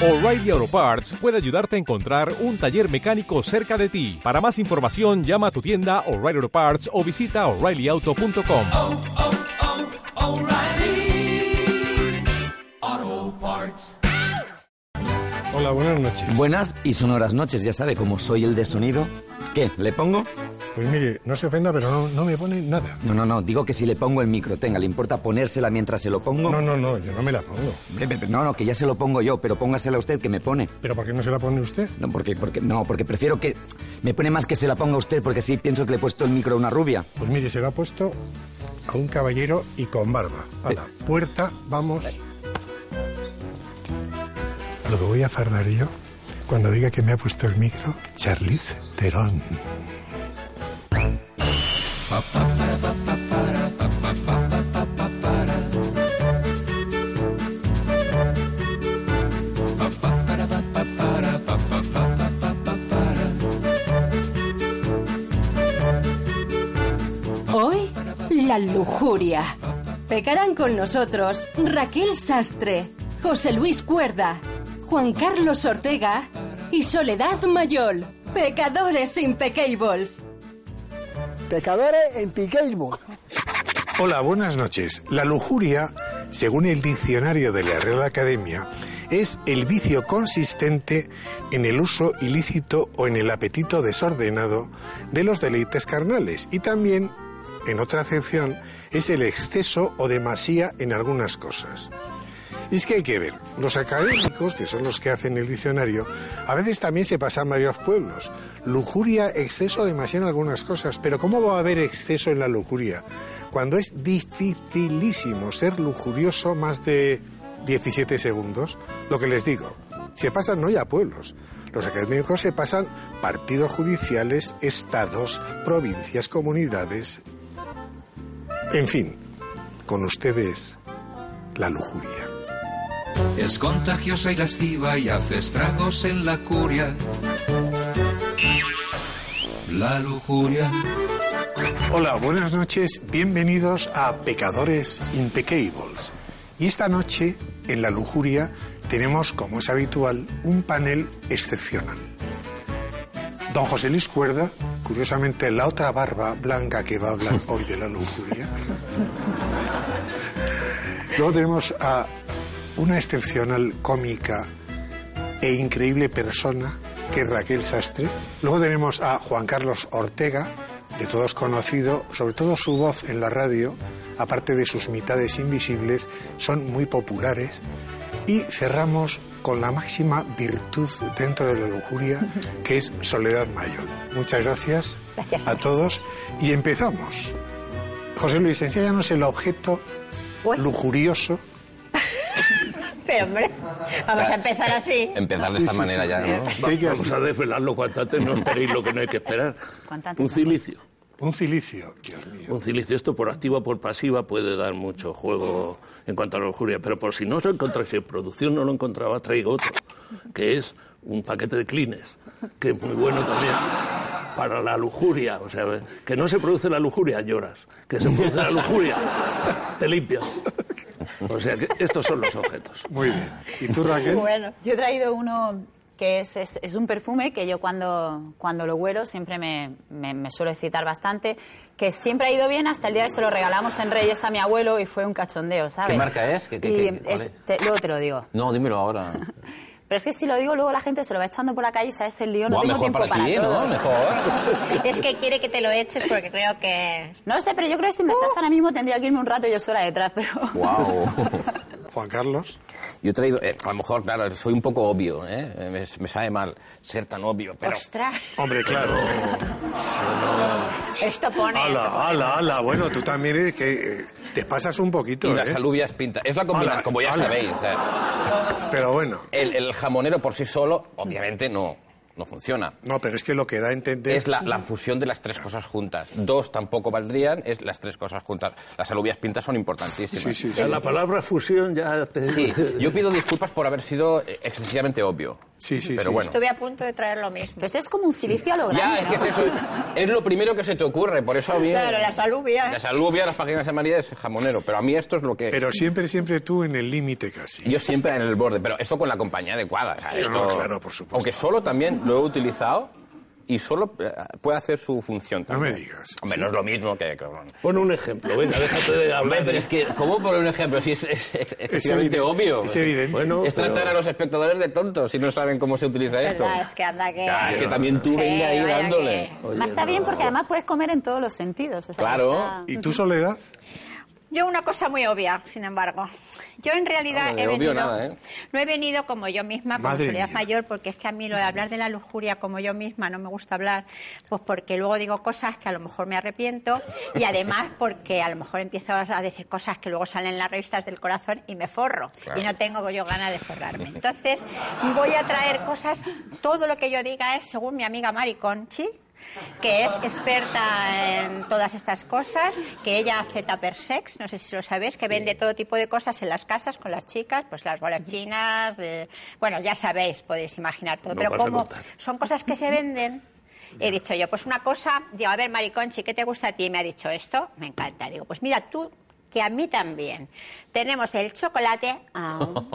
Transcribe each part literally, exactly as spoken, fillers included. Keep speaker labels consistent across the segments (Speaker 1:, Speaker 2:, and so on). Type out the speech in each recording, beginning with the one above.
Speaker 1: O'Reilly Auto Parts puede ayudarte a encontrar un taller mecánico cerca de ti. Para más información, llama a tu tienda O'Reilly Auto Parts o visita O'Reilly Auto punto com.
Speaker 2: Oh, oh, oh, O'Reilly Auto Parts.
Speaker 3: Hola, buenas noches.
Speaker 4: Buenas y sonoras noches, ya sabe, como soy el de sonido. ¿Qué? ¿Le pongo?
Speaker 3: Pues mire, no se ofenda, pero no, no me pone nada.
Speaker 4: No, no, no, digo que si le pongo el micro, tenga, ¿le importa ponérsela mientras se lo pongo?
Speaker 3: No, no, no, yo no me la pongo.
Speaker 4: No, no, que ya se lo pongo yo, pero póngasela usted que me pone.
Speaker 3: ¿Pero por qué no se la pone usted?
Speaker 4: No, porque, porque, no, porque prefiero que... Me pone más que se la ponga usted, porque sí pienso que le he puesto el micro a una rubia.
Speaker 3: Pues mire, se lo ha puesto a un caballero y con barba. A la puerta, vamos. Lo que voy a fardar yo, cuando diga que me ha puesto el micro, Charlize Theron.
Speaker 5: Hoy, la lujuria. Pecarán con nosotros Raquel Sastre, José Luis Cuerda, Juan Carlos Ortega y Soledad Mayol. Pecadores impecables.
Speaker 6: Pecadores impecables.
Speaker 3: Hola, buenas noches. La lujuria, según el diccionario de la Real Academia, es el vicio consistente en el uso ilícito o en el apetito desordenado de los deleites carnales y también, en otra acepción, es el exceso o demasía en algunas cosas. Y es que hay que ver, los académicos, que son los que hacen el diccionario, a veces también se pasan varios pueblos. Lujuria, exceso, demasiado en algunas cosas. Pero ¿cómo va a haber exceso en la lujuria? Cuando es dificilísimo ser lujurioso más de diecisiete segundos. Lo que les digo, se pasan no ya pueblos. Los académicos se pasan partidos judiciales, estados, provincias, comunidades. En fin, con ustedes, la lujuria.
Speaker 2: Es contagiosa y lasciva y hace estragos en la curia. La lujuria.
Speaker 3: Hola, buenas noches, bienvenidos a Pecadores Impecables. Y esta noche, en la lujuria, tenemos, como es habitual, un panel excepcional. Don José Luis Cuerda, curiosamente la otra barba blanca que va a hablar hoy de la lujuria. Luego tenemos a una excepcional cómica e increíble persona, que es Raquel Sastre. Luego tenemos a Juan Carlos Ortega, de todos conocido, sobre todo su voz en la radio, aparte de sus mitades invisibles, son muy populares. Y cerramos con la máxima virtud dentro de la lujuria, que es Soledad Mayol. Muchas gracias, gracias a todos. Y empezamos. José Luis, enséñanos el objeto Uy. lujurioso.
Speaker 7: Pero, hombre, vamos a empezar así.
Speaker 8: Empezar de esta sí, manera sí, ya, ¿no?
Speaker 9: Va, vamos a desvelarlo cuanto antes, no esperéis lo que no hay que esperar. Un cilicio.
Speaker 3: Un cilicio, Dios mío.
Speaker 9: Un cilicio, esto por activa o por pasiva puede dar mucho juego en cuanto a la lujuria, pero por si no os encontráis, si en producción no lo encontraba, traigo otro, que es un paquete de Kleenex, que es muy bueno también para la lujuria. O sea, que no se produce la lujuria, lloras. Que se produce la lujuria, te limpias. O sea, que estos son los objetos.
Speaker 3: Muy bien. ¿Y tú, Raquel?
Speaker 7: Bueno, yo he traído uno que es, es, es un perfume que yo cuando, cuando lo huelo siempre me, me, me suelo excitar bastante, que siempre ha ido bien hasta el día que se lo regalamos en Reyes a mi abuelo y fue un cachondeo, ¿sabes?
Speaker 8: ¿Qué marca es? ¿Qué, qué,
Speaker 7: y
Speaker 8: qué,
Speaker 7: es te, luego te lo digo.
Speaker 8: No, dímelo ahora.
Speaker 7: Pero es que si lo digo, luego la gente se lo va echando por la calle y sabes el lío, no
Speaker 8: Buah,
Speaker 7: tengo tiempo
Speaker 8: para,
Speaker 7: para
Speaker 8: aquí,
Speaker 7: todo.
Speaker 8: ¿no? Mejor.
Speaker 7: Es que quiere que te lo eches porque creo que... No lo sé, pero yo creo que si me echas ahora mismo tendría que irme un rato yo sola detrás, pero...
Speaker 8: Wow.
Speaker 3: Juan Carlos.
Speaker 8: Yo he traído, eh, a lo mejor, claro, soy un poco obvio, ¿eh? Me, me sabe mal ser tan obvio, pero...
Speaker 7: ¡Ostras!
Speaker 3: Hombre, claro.
Speaker 7: Esto pone...
Speaker 3: Ala, ala, ala. Bueno, tú también eres que eh, te pasas un poquito,
Speaker 8: Y
Speaker 3: ¿eh?
Speaker 8: las alubias pinta. Es la combinación, como ya
Speaker 3: ala.
Speaker 8: sabéis. O sea,
Speaker 3: pero bueno.
Speaker 8: El, el jamonero por sí solo, obviamente, no... no funciona.
Speaker 3: No, pero es que lo que da a entender...
Speaker 8: Es la, la fusión de las tres cosas juntas. Dos tampoco valdrían, es las tres cosas juntas. Las alubias pintas son importantísimas.
Speaker 3: Sí, sí, sí.
Speaker 9: La palabra fusión ya te...
Speaker 8: Sí, yo pido disculpas por haber sido excesivamente obvio.
Speaker 3: Sí, sí,
Speaker 8: pero
Speaker 3: sí.
Speaker 8: bueno.
Speaker 10: Estuve a punto de traer lo mismo.
Speaker 7: Pues es como un cilicio a lo grande,
Speaker 8: Ya, es que
Speaker 7: ¿no?
Speaker 8: es eso. Es lo primero que se te ocurre, por eso a mí...
Speaker 10: Claro, las alubias.
Speaker 8: Las alubias, las páginas amarillas, jamonero, pero a mí esto es lo que...
Speaker 3: Pero siempre, siempre tú en el límite casi.
Speaker 8: Yo siempre en el borde, pero esto con la compañía adecuada. O sea, esto...
Speaker 3: No, claro, por supuesto.
Speaker 8: Aunque solo también lo he utilizado y solo eh, puede hacer su función también.
Speaker 3: No me digas.
Speaker 8: Hombre,
Speaker 3: Sí.
Speaker 8: no es lo mismo que... que-
Speaker 9: Pon un ejemplo, venga, déjate de
Speaker 8: Hombre,
Speaker 9: hablar.
Speaker 8: pero es que, ¿cómo poner un ejemplo? Si es, es, es excesivamente
Speaker 3: evidente,
Speaker 8: obvio.
Speaker 3: es evidente.
Speaker 9: Bueno,
Speaker 8: Es tratar
Speaker 9: pero-
Speaker 8: a los espectadores de tontos si no saben cómo se utiliza esto.
Speaker 10: ¿Verdad? Es que anda que...
Speaker 8: Ya, es que también tú
Speaker 10: Sí,
Speaker 8: venga ahí
Speaker 10: vaya
Speaker 8: dándole.
Speaker 10: que-
Speaker 9: Oye,
Speaker 7: Más está
Speaker 9: no,
Speaker 7: bien porque
Speaker 9: no.
Speaker 7: además puedes comer en todos los sentidos. O sea,
Speaker 8: Claro.
Speaker 7: está-
Speaker 3: ¿Y tú, Soledad?
Speaker 10: Yo una cosa muy obvia, sin embargo. Yo en realidad
Speaker 8: No, de
Speaker 10: he
Speaker 8: obvio
Speaker 10: venido,
Speaker 8: nada, ¿eh?
Speaker 10: no he venido como yo misma, como
Speaker 3: Madre
Speaker 10: Soledad
Speaker 3: mía.
Speaker 10: Mayor, porque es que a mí lo de hablar de la lujuria como yo misma no me gusta hablar, pues porque luego digo cosas que a lo mejor me arrepiento y además porque a lo mejor empiezo a decir cosas que luego salen en las revistas del corazón y me forro.
Speaker 8: Claro.
Speaker 10: Y no tengo yo ganas de forrarme. Entonces voy a traer cosas, todo lo que yo diga es según mi amiga Mari Conchi, que es experta en todas estas cosas, que ella hace tupper sex, no sé si lo sabéis, que vende todo tipo de cosas en las casas con las chicas, pues las bolas chinas, de... bueno, ya sabéis, podéis imaginar todo,
Speaker 9: No
Speaker 10: pero
Speaker 9: vas a
Speaker 10: como
Speaker 9: contar.
Speaker 10: son cosas que se venden, he dicho yo, pues una cosa, digo, a ver, Mariconchi, ¿qué te gusta a ti? Y me ha dicho esto, me encanta, digo, pues mira, tú, que a mí también, tenemos el chocolate... ah,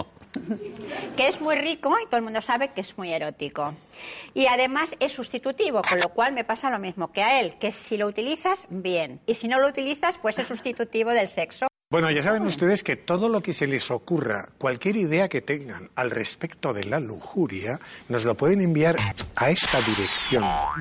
Speaker 10: que es muy rico y todo el mundo sabe que es muy erótico. Y además es sustitutivo, con lo cual me pasa lo mismo que a él, que si lo utilizas, bien. Y si no lo utilizas, pues es sustitutivo del sexo.
Speaker 3: Bueno, ya saben ustedes que todo lo que se les ocurra, cualquier idea que tengan al respecto de la lujuria, nos lo pueden enviar a esta dirección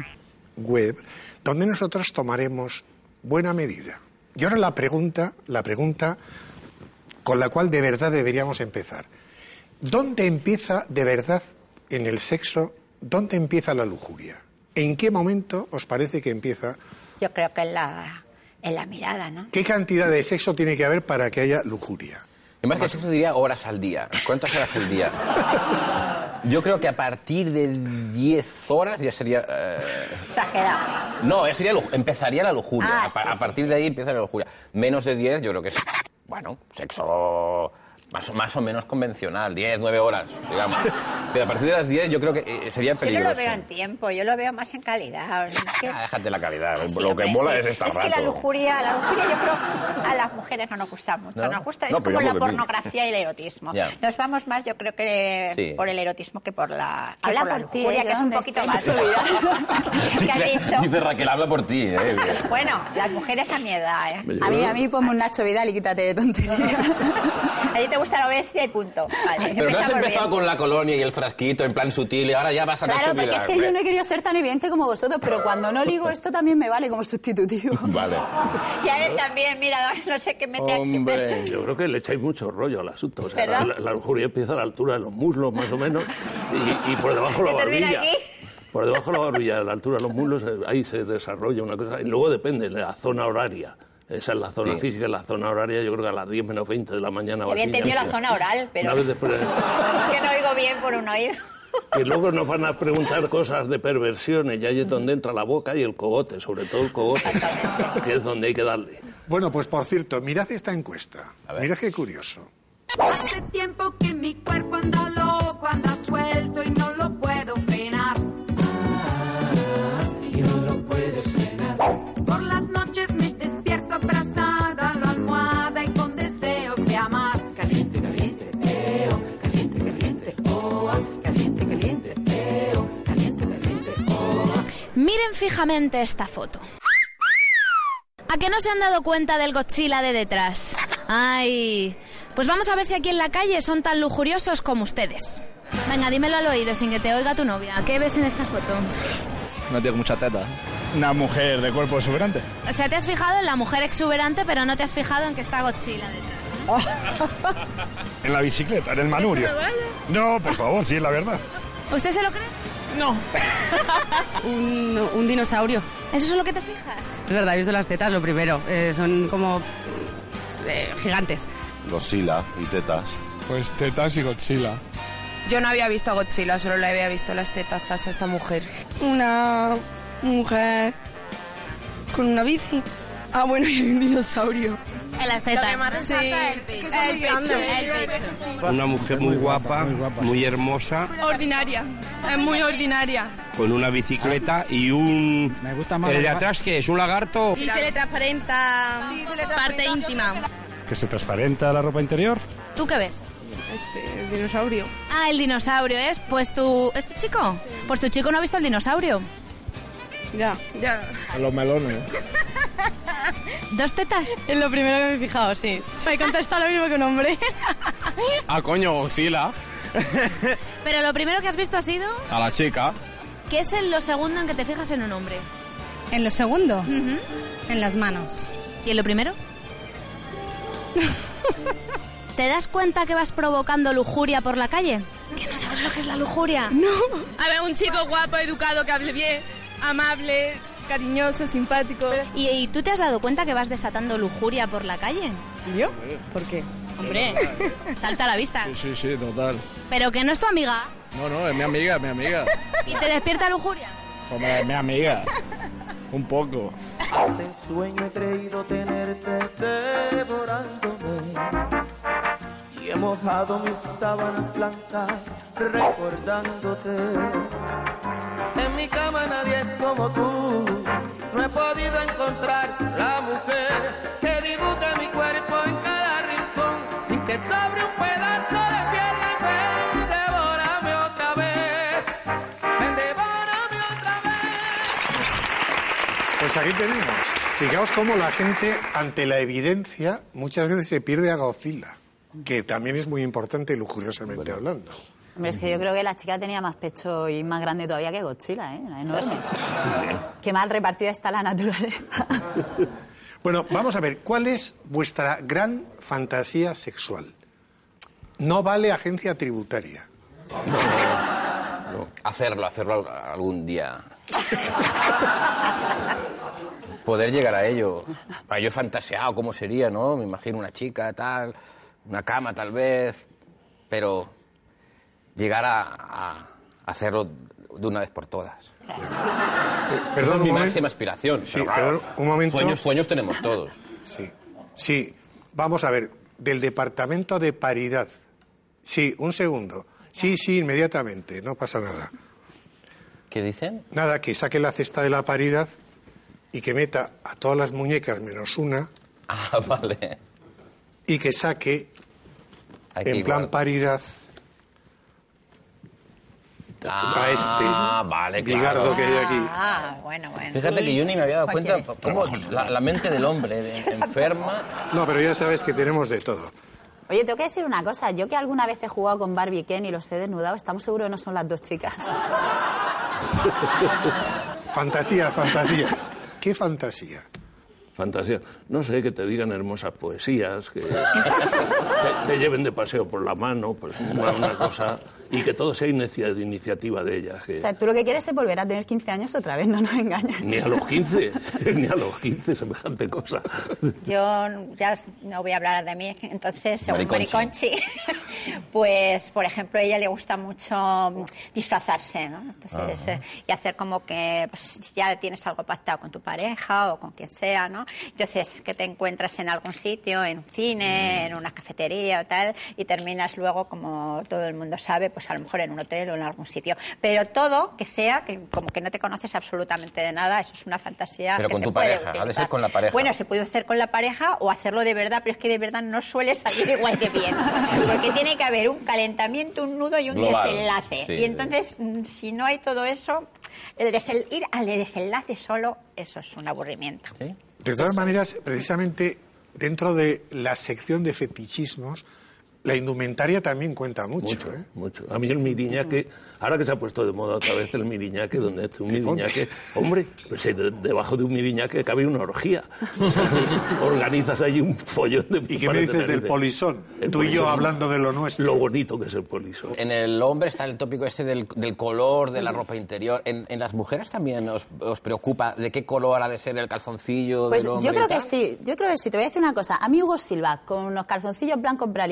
Speaker 3: web, donde nosotros tomaremos buena medida. Y ahora la pregunta, la pregunta con la cual de verdad deberíamos empezar. ¿Dónde empieza de verdad en el sexo, dónde empieza la lujuria? ¿En qué momento os parece que empieza?
Speaker 10: Yo creo que en la, en la mirada, ¿no?
Speaker 3: ¿Qué cantidad de sexo tiene que haber para que haya lujuria?
Speaker 8: En más que sexo diría horas al día. ¿Cuántas horas al día? Yo creo que a partir de diez horas ya sería... eh,
Speaker 10: Exagerado.
Speaker 8: No, ya sería lu- empezaría la lujuria.
Speaker 10: Ah,
Speaker 8: a, pa-
Speaker 10: sí,
Speaker 8: a partir de ahí empieza la lujuria. Menos de diez yo creo que es, bueno, sexo más o, más o menos convencional. diez, nueve horas, digamos. Pero a partir de las diez yo creo que eh, sería
Speaker 10: Yo no
Speaker 8: peligroso.
Speaker 10: lo veo en tiempo, yo lo veo más en calidad. Es que-
Speaker 8: Ah, déjate la calidad.
Speaker 10: Sí,
Speaker 8: lo
Speaker 10: hombre,
Speaker 8: que mola
Speaker 10: sí.
Speaker 8: es estar
Speaker 10: Es
Speaker 8: rato.
Speaker 10: que la lujuria, la lujuria yo creo a las mujeres no nos gusta mucho.
Speaker 8: ¿No?
Speaker 10: Nos gusta,
Speaker 8: No,
Speaker 10: es
Speaker 8: pero
Speaker 10: como
Speaker 8: yo
Speaker 10: la
Speaker 8: hablo de mí.
Speaker 10: pornografía y el erotismo.
Speaker 8: Ya.
Speaker 10: Nos vamos más, yo creo que
Speaker 8: Sí.
Speaker 10: por el erotismo que por la, que
Speaker 7: Habla
Speaker 10: por la
Speaker 7: por ti,
Speaker 10: lujuria,
Speaker 7: ¿eh?
Speaker 10: que es un
Speaker 7: ¿Dónde
Speaker 10: poquito
Speaker 7: estás?
Speaker 10: más.
Speaker 7: Nacho Vidal.
Speaker 10: ¿Qué has
Speaker 8: dice,
Speaker 10: dicho?
Speaker 8: dice Raquel, habla por ti. Eh.
Speaker 10: Bueno, las mujeres a mi edad, ¿eh?
Speaker 7: A mí, a mí ponme un Nacho Vidal y quítate de tonterías.
Speaker 10: A ti te gusta la bestia y punto. Vale,
Speaker 8: Pero no has
Speaker 10: empezamos
Speaker 8: empezado
Speaker 10: bien.
Speaker 8: con la colonia y el frasquito en plan sutil y ahora ya vas a
Speaker 7: Claro,
Speaker 8: Nacho
Speaker 7: porque
Speaker 8: Vidal,
Speaker 7: es que
Speaker 8: hombre.
Speaker 7: yo no he querido ser tan evidente como vosotros, pero cuando no ligo esto también me vale como sustitutivo.
Speaker 8: Vale.
Speaker 10: Y a él también, mira, no sé qué mete aquí.
Speaker 8: Hombre.
Speaker 9: Yo creo que le echáis mucho rollo al asunto. O sea, la,
Speaker 10: ¿Verdad?
Speaker 9: la lujuria empieza a la altura de los muslos, más o menos, y, y por debajo de la
Speaker 10: ¿Que termina
Speaker 9: barbilla.
Speaker 10: aquí?
Speaker 9: Por debajo de la barbilla, a la altura de los muslos, eh, ahí se desarrolla una cosa. Y luego depende de la zona horaria. Esa es la zona
Speaker 8: Sí.
Speaker 9: física, la zona horaria, yo creo que a las diez menos veinte de la mañana. o
Speaker 10: Había
Speaker 9: así ya
Speaker 10: entendido la
Speaker 9: empieza.
Speaker 10: zona oral, pero
Speaker 9: Una vez después, eh,
Speaker 10: es que no oigo bien por un oído.
Speaker 9: que luego nos van a preguntar cosas de perversiones, y ahí es donde entra la boca y el cogote, sobre todo el cogote, que es donde hay que darle.
Speaker 3: Bueno, pues por cierto, mirad esta encuesta.
Speaker 8: A ver.
Speaker 3: Mirad qué curioso.
Speaker 11: Hace tiempo que mi cuerpo anda loco, anda suelto y no lo puedo frenar. Y no lo puedes frenar. Por las noches me despierto abrazada a la almohada y con deseos de amar. Caliente, caliente, eo, caliente, caliente, oh, caliente, caliente, eo, caliente, caliente, oh.
Speaker 12: Miren fijamente esta foto. ¿A que no se han dado cuenta del Godzilla de detrás? Ay, pues vamos a ver si aquí en la calle son tan lujuriosos como ustedes. Venga, dímelo al oído sin que te oiga tu novia. ¿Qué ves en esta foto?
Speaker 13: No tiene mucha teta. Una mujer de cuerpo exuberante.
Speaker 12: O sea, te has fijado en la mujer exuberante, pero no te has fijado en que está Godzilla detrás.
Speaker 13: En la bicicleta, en el manubrio. No, por favor, sí, es la verdad.
Speaker 12: ¿Usted se lo cree?
Speaker 14: No. un, un dinosaurio.
Speaker 12: ¿Eso es lo que te fijas?
Speaker 14: Es verdad, he visto las tetas, lo primero. Eh, son como eh, gigantes.
Speaker 15: Godzilla y tetas.
Speaker 16: Pues tetas y Godzilla.
Speaker 17: Yo no había visto a Godzilla, solo le había visto las tetazas a esta mujer.
Speaker 18: Una mujer con una bici. Ah, bueno, y un dinosaurio.
Speaker 12: Que las tetas.
Speaker 17: Lo que más resalta
Speaker 12: Sí.
Speaker 17: es el pecho.
Speaker 12: Es que son muy
Speaker 17: El pecho,
Speaker 12: grandes.
Speaker 17: el pecho.
Speaker 18: Una mujer muy guapa, muy hermosa,
Speaker 17: Ordinaria. Es muy ordinaria.
Speaker 18: con una bicicleta y un...
Speaker 19: Me gusta más
Speaker 18: ¿El de
Speaker 19: la-
Speaker 18: atrás qué es? ¿Un lagarto?
Speaker 17: Y se le transparenta parte íntima.
Speaker 13: ¿Que se transparenta la ropa interior?
Speaker 12: ¿Tú qué ves?
Speaker 17: Este, el dinosaurio.
Speaker 12: Ah, el dinosaurio es. Pues tu... ¿Es tu chico? Pues tu chico no ha visto el dinosaurio.
Speaker 17: Ya, ya.
Speaker 16: A los melones.
Speaker 12: ¿Dos tetas?
Speaker 17: Es lo primero que me he fijado, sí. Me contesta lo mismo que un hombre.
Speaker 16: Ah, coño, Godzilla.
Speaker 12: Pero lo primero que has visto ha sido...
Speaker 16: A la chica.
Speaker 12: ¿Qué es en lo segundo en que te fijas en un hombre?
Speaker 17: ¿En lo segundo?
Speaker 12: Ujú.
Speaker 17: En las manos.
Speaker 12: ¿Y en lo primero? ¿Te das cuenta que vas provocando lujuria por la calle? ¿Que no sabes lo que es la lujuria?
Speaker 17: No. A ver, un chico guapo, educado, que hable bien, amable, cariñoso, simpático.
Speaker 12: ¿Y, y tú te has dado cuenta que vas desatando lujuria por la calle?
Speaker 17: ¿Yo? ¿Por qué?
Speaker 12: Hombre, salta a la vista.
Speaker 16: Sí, sí, sí, total.
Speaker 12: ¿Pero que no es tu amiga?
Speaker 16: No, no, es mi amiga, es mi amiga.
Speaker 12: ¿Y te despierta lujuria?
Speaker 16: Hombre, es mi amiga. Un poco.
Speaker 20: De sueño he creído tenerte devorándome y he mojado mis sábanas blancas recordándote. En mi cama nadie es como tú, no he podido encontrar la mujer que dibuje mi cuerpo en cada rincón sin que sobre un pedazo de piel. Y ven, devórame otra vez, ven, devórame otra vez.
Speaker 3: Pues aquí tenemos. Fijaos cómo la gente, ante la evidencia, muchas veces se pierde a Godzilla, que también es muy importante lujuriosamente hablando.
Speaker 7: Hombre, es que yo creo que la chica tenía más pecho y más grande todavía que Godzilla, ¿eh? Era enorme. Qué mal repartida está la naturaleza.
Speaker 3: Bueno, vamos a ver, ¿cuál es vuestra gran fantasía sexual? No vale agencia tributaria.
Speaker 8: No. Hacerlo, hacerlo algún día. Poder llegar a ello. Yo he fantaseado cómo sería, ¿no? Me imagino una chica, tal, una cama tal vez, pero llegar a, a hacerlo de una vez por todas.
Speaker 3: Perdón,
Speaker 8: Esa es
Speaker 3: un
Speaker 8: mi
Speaker 3: momento.
Speaker 8: máxima aspiración.
Speaker 3: Sí,
Speaker 8: pero claro,
Speaker 3: perdón, un momento.
Speaker 8: Sueños, sueños tenemos todos.
Speaker 3: Sí, sí. Vamos a ver, del Departamento de Paridad. Sí, un segundo. Sí, sí, inmediatamente, no pasa nada.
Speaker 8: ¿Qué dicen?
Speaker 3: Nada, que saque la cesta de la paridad y que meta a todas las muñecas menos una.
Speaker 8: Ah, vale.
Speaker 3: Y que saque,
Speaker 8: Aquí
Speaker 3: en plan
Speaker 8: igual.
Speaker 3: paridad,
Speaker 8: Ah,
Speaker 3: a este
Speaker 8: vale,
Speaker 3: bigardo
Speaker 8: claro.
Speaker 3: que hay aquí.
Speaker 10: Ah, bueno, bueno.
Speaker 8: Fíjate que yo ni me había dado
Speaker 10: Cualquiera.
Speaker 8: cuenta cómo la, la mente del hombre de- enferma.
Speaker 3: No, pero ya sabes que tenemos de todo.
Speaker 7: Oye, tengo que decir una cosa. Yo que alguna vez he jugado con Barbie y Ken y los he desnudado, estamos seguros que no son las dos chicas.
Speaker 3: Fantasías, fantasías. ¿Qué fantasía?
Speaker 9: Fantasía. No sé, que te digan hermosas poesías, que te, te lleven de paseo por la mano, pues una, una cosa, y que todo sea inicia- de iniciativa de ellas. Que
Speaker 7: O sea, tú lo que quieres es volver a tener quince años otra vez, no nos engañes.
Speaker 9: ni a los quince, ni a los quince, semejante cosa.
Speaker 10: Yo ya no voy a hablar de mí, entonces, según
Speaker 9: Mariconchi.
Speaker 10: Mariconchi, pues, por ejemplo, a ella le gusta mucho disfrazarse, ¿no? Entonces,
Speaker 21: Ajá.
Speaker 10: eh, y hacer como que pues, ya tienes algo pactado con tu pareja o con quien sea, ¿no? Entonces, que te encuentras en algún sitio, en un cine, en una cafetería o tal, y terminas luego, como todo el mundo sabe, pues a lo mejor en un hotel o en algún sitio. Pero todo que sea, que como que no te conoces absolutamente de nada, eso es una fantasía
Speaker 8: Pero
Speaker 10: que
Speaker 8: con
Speaker 10: se
Speaker 8: tu
Speaker 10: puede
Speaker 8: pareja, ha de ser
Speaker 10: utilizar.
Speaker 8: con la pareja.
Speaker 10: Bueno, se puede hacer con la pareja o hacerlo de verdad, pero es que de verdad no suele salir igual de bien. Porque tiene que haber un calentamiento, un nudo y un
Speaker 3: Global,
Speaker 10: desenlace.
Speaker 3: sí.
Speaker 10: Y entonces, mm, si no hay todo eso, el desel- ir al desenlace solo, eso es un aburrimiento.
Speaker 3: De todas maneras, precisamente dentro de la sección de fetichismos, la indumentaria también cuenta mucho.
Speaker 9: Mucho,
Speaker 3: ¿eh?
Speaker 9: mucho. A mí el miriñaque, ahora que se ha puesto de moda otra vez el miriñaque, donde es un miriñaque, hombre, pues si de- debajo de un miriñaque cabe una orgía. O sea, organizas ahí un follón de...
Speaker 3: ¿Y qué me dices del polisón? Tú y yo hablando de lo nuestro.
Speaker 9: Lo bonito que es el polisón.
Speaker 8: En el hombre está el tópico este del, del color de la ropa interior. En, en las mujeres también os, os preocupa de qué color ha de ser el calzoncillo
Speaker 7: Pues
Speaker 8: del hombre
Speaker 7: yo creo
Speaker 8: y tal?
Speaker 7: que sí, yo creo que sí. Te voy a decir una cosa. A mí Hugo Silva, con unos calzoncillos blancos Brali, estos de los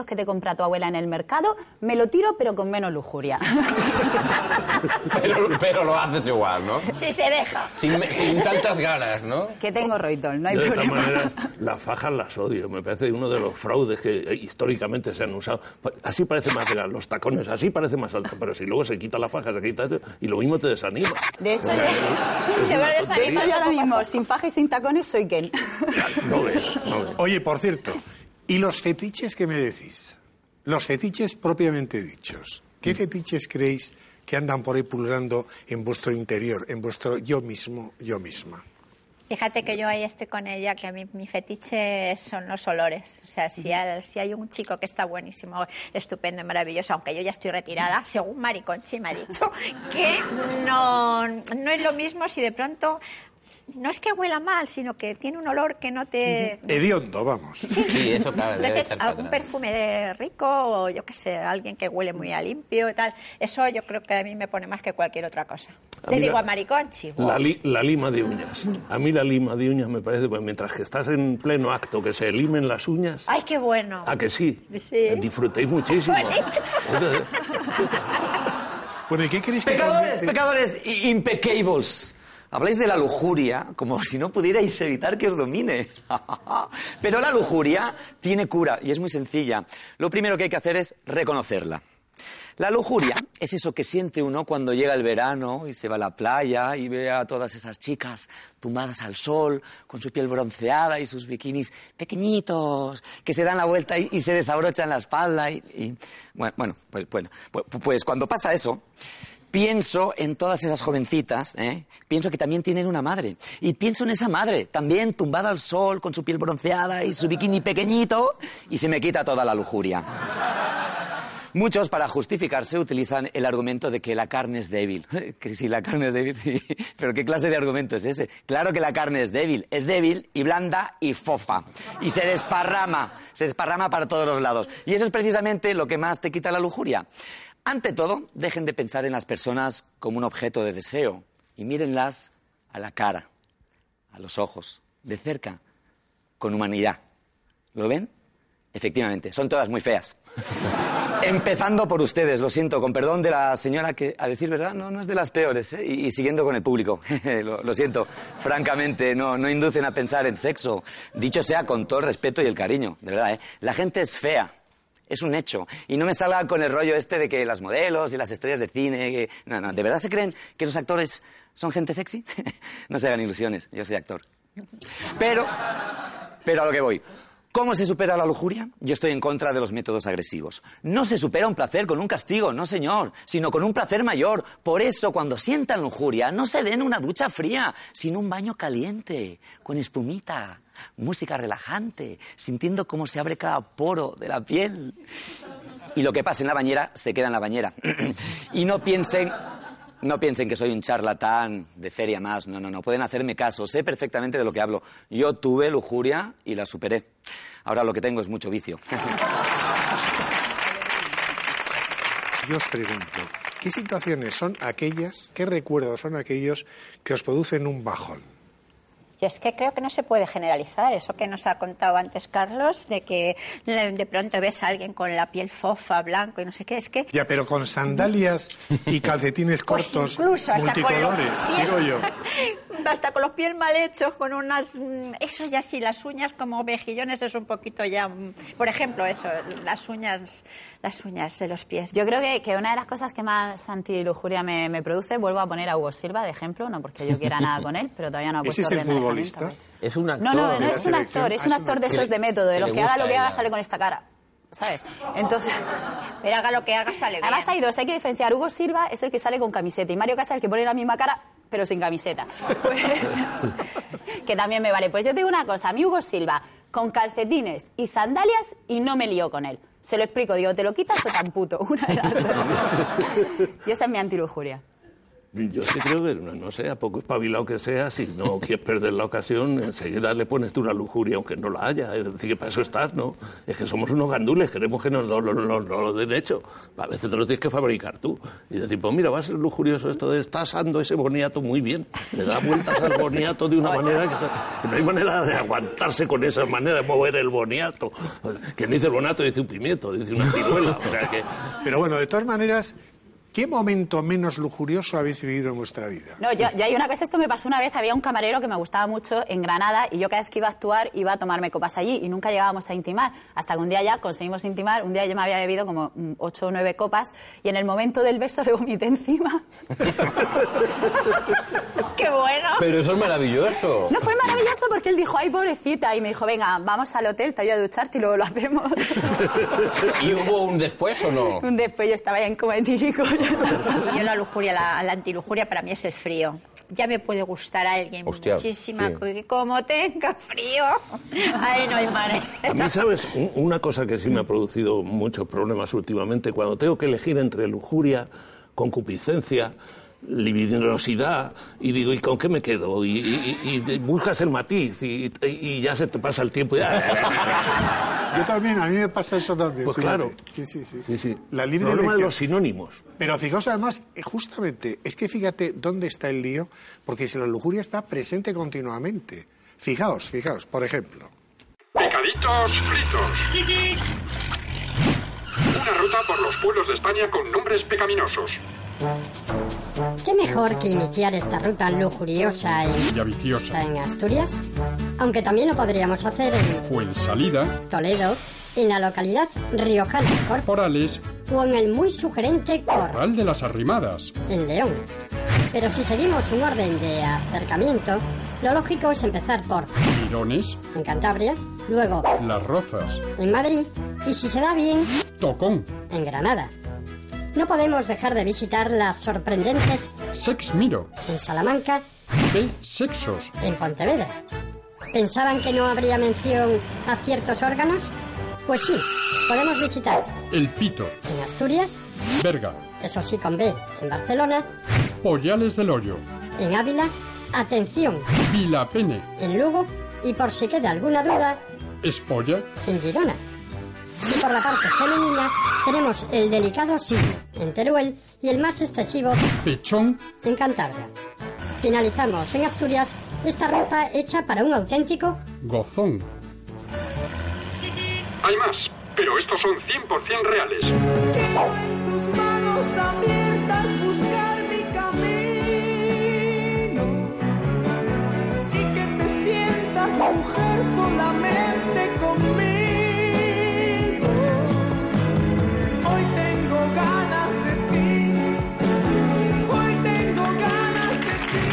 Speaker 7: vestidos que te compra tu abuela en el mercado, me lo tiro, pero con menos lujuria.
Speaker 8: pero, pero lo haces igual, ¿no?
Speaker 10: Si se deja.
Speaker 8: Sin, sin tantas ganas, ¿no?
Speaker 7: Que tengo roitón, no hay
Speaker 9: Yo, de
Speaker 7: problema.
Speaker 9: todas maneras, las fajas las odio. Me parece uno de los fraudes que eh, históricamente se han usado. Así parece más legal, los tacones, así parece más alto. Pero si luego se quita la faja, se quita eso, y lo mismo te desanima.
Speaker 7: De hecho, yo, de hecho, yo ahora mismo, sin faja y sin tacones, soy Ken.
Speaker 9: No ves, no ves.
Speaker 3: Oye, por cierto, ¿y los fetiches que me decís? Los fetiches propiamente dichos. ¿Qué fetiches creéis que andan por ahí pululando en vuestro interior, en vuestro yo mismo, yo misma?
Speaker 10: Fíjate que yo ahí estoy con ella, que a mí mi fetiche son los olores. O sea, si hay, si hay un chico que está buenísimo, estupendo y maravilloso, aunque yo ya estoy retirada, según Mariconchi me ha dicho, que no, no es lo mismo si de pronto... No es que huela mal, sino que tiene un olor que no te...
Speaker 3: Hediondo, vamos.
Speaker 10: Sí,
Speaker 8: sí eso claro.
Speaker 10: A veces algún perfume de rico o yo qué sé, alguien que huele muy a limpio y tal. Eso yo creo que a mí me pone más que cualquier otra cosa.
Speaker 9: A
Speaker 10: Le
Speaker 9: mí
Speaker 10: digo
Speaker 9: la,
Speaker 10: a Mariconchi.
Speaker 9: La, li, la lima de uñas. A mí la lima de uñas me parece, pues mientras que estás en pleno acto, que se limen las uñas...
Speaker 10: ¡Ay, qué bueno!
Speaker 9: ¿A que sí?
Speaker 10: Sí.
Speaker 9: Disfrutéis muchísimo.
Speaker 3: Bueno, ¿y qué queréis que...
Speaker 4: Pecadores, pecadores impecables. Habláis de la lujuria como si no pudierais evitar que os domine. Pero la lujuria tiene cura y es muy sencilla. Lo primero que hay que hacer es reconocerla. La lujuria es eso que siente uno cuando llega el verano y se va a la playa y ve a todas esas chicas tumbadas al sol, con su piel bronceada y sus bikinis pequeñitos, que se dan la vuelta y, y se desabrochan la espalda. Y, y... Bueno, bueno, pues, bueno, pues, pues cuando pasa eso... Pienso en todas esas jovencitas, ¿eh? Pienso que también tienen una madre. Y pienso en esa madre, también tumbada al sol, con su piel bronceada y su bikini pequeñito, y se me quita toda la lujuria. Muchos, para justificarse, utilizan el argumento de que la carne es débil. Que si la carne es débil, sí. ¿Pero qué clase de argumento es ese? Claro que la carne es débil. Es débil y blanda y fofa. Y se desparrama. Se desparrama para todos los lados. Y eso es precisamente lo que más te quita la lujuria. Ante todo, dejen de pensar en las personas como un objeto de deseo y mírenlas a la cara, a los ojos, de cerca, con humanidad. ¿Lo ven? Efectivamente, son todas muy feas. Empezando por ustedes, lo siento, con perdón de la señora que, a decir verdad, no, no es de las peores, ¿eh? Y, y siguiendo con el público, lo, lo siento, francamente, no, no inducen a pensar en sexo. Dicho sea con todo el respeto y el cariño, de verdad, ¿eh? La gente es fea. Es un hecho. Y no me salga con el rollo este de que las modelos y las estrellas de cine... Que... No, no, ¿de verdad se creen que los actores son gente sexy? No se hagan ilusiones, yo soy actor. Pero, pero a lo que voy. ¿Cómo se supera la lujuria? Yo estoy en contra de los métodos agresivos. No se supera un placer con un castigo, no señor, sino con un placer mayor. Por eso, cuando sientan lujuria, no se den una ducha fría, sino un baño caliente, con espumita, música relajante, sintiendo cómo se abre cada poro de la piel. Y lo que pasa en la bañera, se queda en la bañera. Y no piensen... No piensen que soy un charlatán de feria más, no, no, no, pueden hacerme caso, sé perfectamente de lo que hablo. Yo tuve lujuria y la superé. Ahora lo que tengo es mucho vicio.
Speaker 3: Yo os pregunto, ¿qué situaciones son aquellas, qué recuerdos son aquellos que os producen un bajón?
Speaker 10: Yo es que creo que no se puede generalizar eso que nos ha contado antes Carlos, de que de pronto ves a alguien con la piel fofa, blanco y no sé qué, es que...
Speaker 3: Ya, pero con sandalias y calcetines
Speaker 10: pues
Speaker 3: cortos,
Speaker 10: incluso hasta
Speaker 3: multicolores,
Speaker 10: con los pies,
Speaker 3: digo yo.
Speaker 10: Hasta con los pies mal hechos, con unas... Eso ya sí, las uñas como mejillones es un poquito ya... Por ejemplo, eso, las uñas las uñas de los pies.
Speaker 7: Yo creo que, que una de las cosas que más antilujuria me, me produce, vuelvo a poner a Hugo Silva de ejemplo, no porque yo quiera nada con él, pero todavía no ha puesto orden de alejamiento.
Speaker 8: Es un actor.
Speaker 7: No, no, no es un actor, es un actor de esos de método, de lo que haga lo que haga sale con esta cara. ¿Sabes? Entonces...
Speaker 10: Pero haga lo que haga, sale bien.
Speaker 7: Además hay dos, hay que diferenciar. Hugo Silva es el que sale con camiseta y Mario Casas es el que pone la misma cara, pero sin camiseta. Pues, que también me vale. Pues yo te digo una cosa, a mí Hugo Silva, con calcetines y sandalias y no me lío con él. Se lo explico, digo, ¿te lo quitas o tan puto? Una de las dos. Y esa es mi antilujuria.
Speaker 9: Yo sí creo que, no, no sé, a poco espabilado que sea, si no quieres perder la ocasión, enseguida le pones tú una lujuria, aunque no la haya. Es decir, que para eso estás, ¿no? Es que somos unos gandules, queremos que nos lo, lo, lo, lo den hecho. A veces te lo tienes que fabricar tú. Y decir, pues mira, va a ser lujurioso esto de estar asando ese boniato muy bien. Le da vueltas al boniato de una manera que, que no hay manera de aguantarse con esa manera de mover el boniato. Quien dice el boniato dice un pimiento, dice una ciruela. O sea que...
Speaker 3: Pero bueno, de todas maneras... ¿Qué momento menos lujurioso habéis vivido en vuestra vida?
Speaker 7: No, yo, yo hay una cosa, esto me pasó una vez, había un camarero que me gustaba mucho en Granada y yo cada vez que iba a actuar iba a tomarme copas allí y nunca llegábamos a intimar. Hasta que un día ya conseguimos intimar, un día yo me había bebido como ocho o nueve copas y en el momento del beso le vomité encima.
Speaker 10: ¡Qué bueno!
Speaker 8: Pero eso es maravilloso.
Speaker 7: No, fue maravilloso porque él dijo, ay, pobrecita, y me dijo, venga, vamos al hotel, te voy a ducharte y luego lo hacemos.
Speaker 8: ¿Y hubo un después o no?
Speaker 7: Un después, yo estaba ya en coma etílico.
Speaker 10: Y yo la lujuria, la, la antilujuria para mí es el frío. Ya me puede gustar a alguien
Speaker 8: Hostia,
Speaker 10: muchísima,
Speaker 8: sí.
Speaker 10: que como tenga frío, ahí no hay manera.
Speaker 9: A mí, ¿sabes? Un- Una cosa que sí me ha producido muchos problemas últimamente, cuando tengo que elegir entre lujuria, concupiscencia, libidinosidad, y digo, ¿y con qué me quedo? Y, y- y- y buscas el matiz, y, y ya se te pasa el tiempo. Y ya.
Speaker 3: Yo también, a mí me pasa eso también.
Speaker 9: Pues
Speaker 3: fíjate.
Speaker 9: claro.
Speaker 3: Sí, sí, sí.
Speaker 9: Sí, sí.
Speaker 3: La libre
Speaker 9: El problema de
Speaker 3: elección.
Speaker 9: los sinónimos.
Speaker 3: Pero fijaos además, eh, justamente, es que fíjate dónde está el lío, porque si la lujuria está presente continuamente. Fijaos, fijaos, por ejemplo.
Speaker 19: Picaditos fritos. Una ruta por los pueblos de España con nombres pecaminosos.
Speaker 21: ¿Qué mejor que iniciar esta ruta lujuriosa en,
Speaker 22: Ya viciosa.
Speaker 21: en Asturias? Aunque también lo podríamos hacer en
Speaker 22: Fuensalida,
Speaker 21: Toledo, en la localidad riojana de
Speaker 22: Corporales,
Speaker 21: o en el muy sugerente Cor,
Speaker 22: Corral de las Arrimadas.
Speaker 21: en León. Pero si seguimos un orden de acercamiento, lo lógico es empezar por
Speaker 22: Girones,
Speaker 21: en Cantabria, luego
Speaker 22: Las Rozas,
Speaker 21: en Madrid y, si se da bien,
Speaker 22: Tocón,
Speaker 21: en Granada. No podemos dejar de visitar las sorprendentes
Speaker 22: Sex Miro,
Speaker 21: en Salamanca,
Speaker 22: B. Sexos,
Speaker 21: en Pontevedra. ¿Pensaban que no habría mención a ciertos órganos? Pues sí, podemos visitar
Speaker 22: El Pito,
Speaker 21: en Asturias,
Speaker 22: Berga,
Speaker 21: eso sí con B, en Barcelona,
Speaker 22: Pollales del Hoyo,
Speaker 21: en Ávila, atención,
Speaker 22: Vilapene,
Speaker 21: en Lugo y, por si queda alguna duda,
Speaker 22: Espolla,
Speaker 21: en Girona. Y por la parte femenina tenemos el delicado Signo en Teruel y el más excesivo
Speaker 22: Pechón,
Speaker 21: en Cantabria. Finalizamos en Asturias esta ruta hecha para un auténtico
Speaker 22: Gozón,
Speaker 19: Hay más, pero estos son cien por cien reales.
Speaker 11: Tus manos abiertas buscar mi camino y que te sientas mujer solamente conmigo. Hoy tengo ganas de ti, hoy tengo ganas de ti.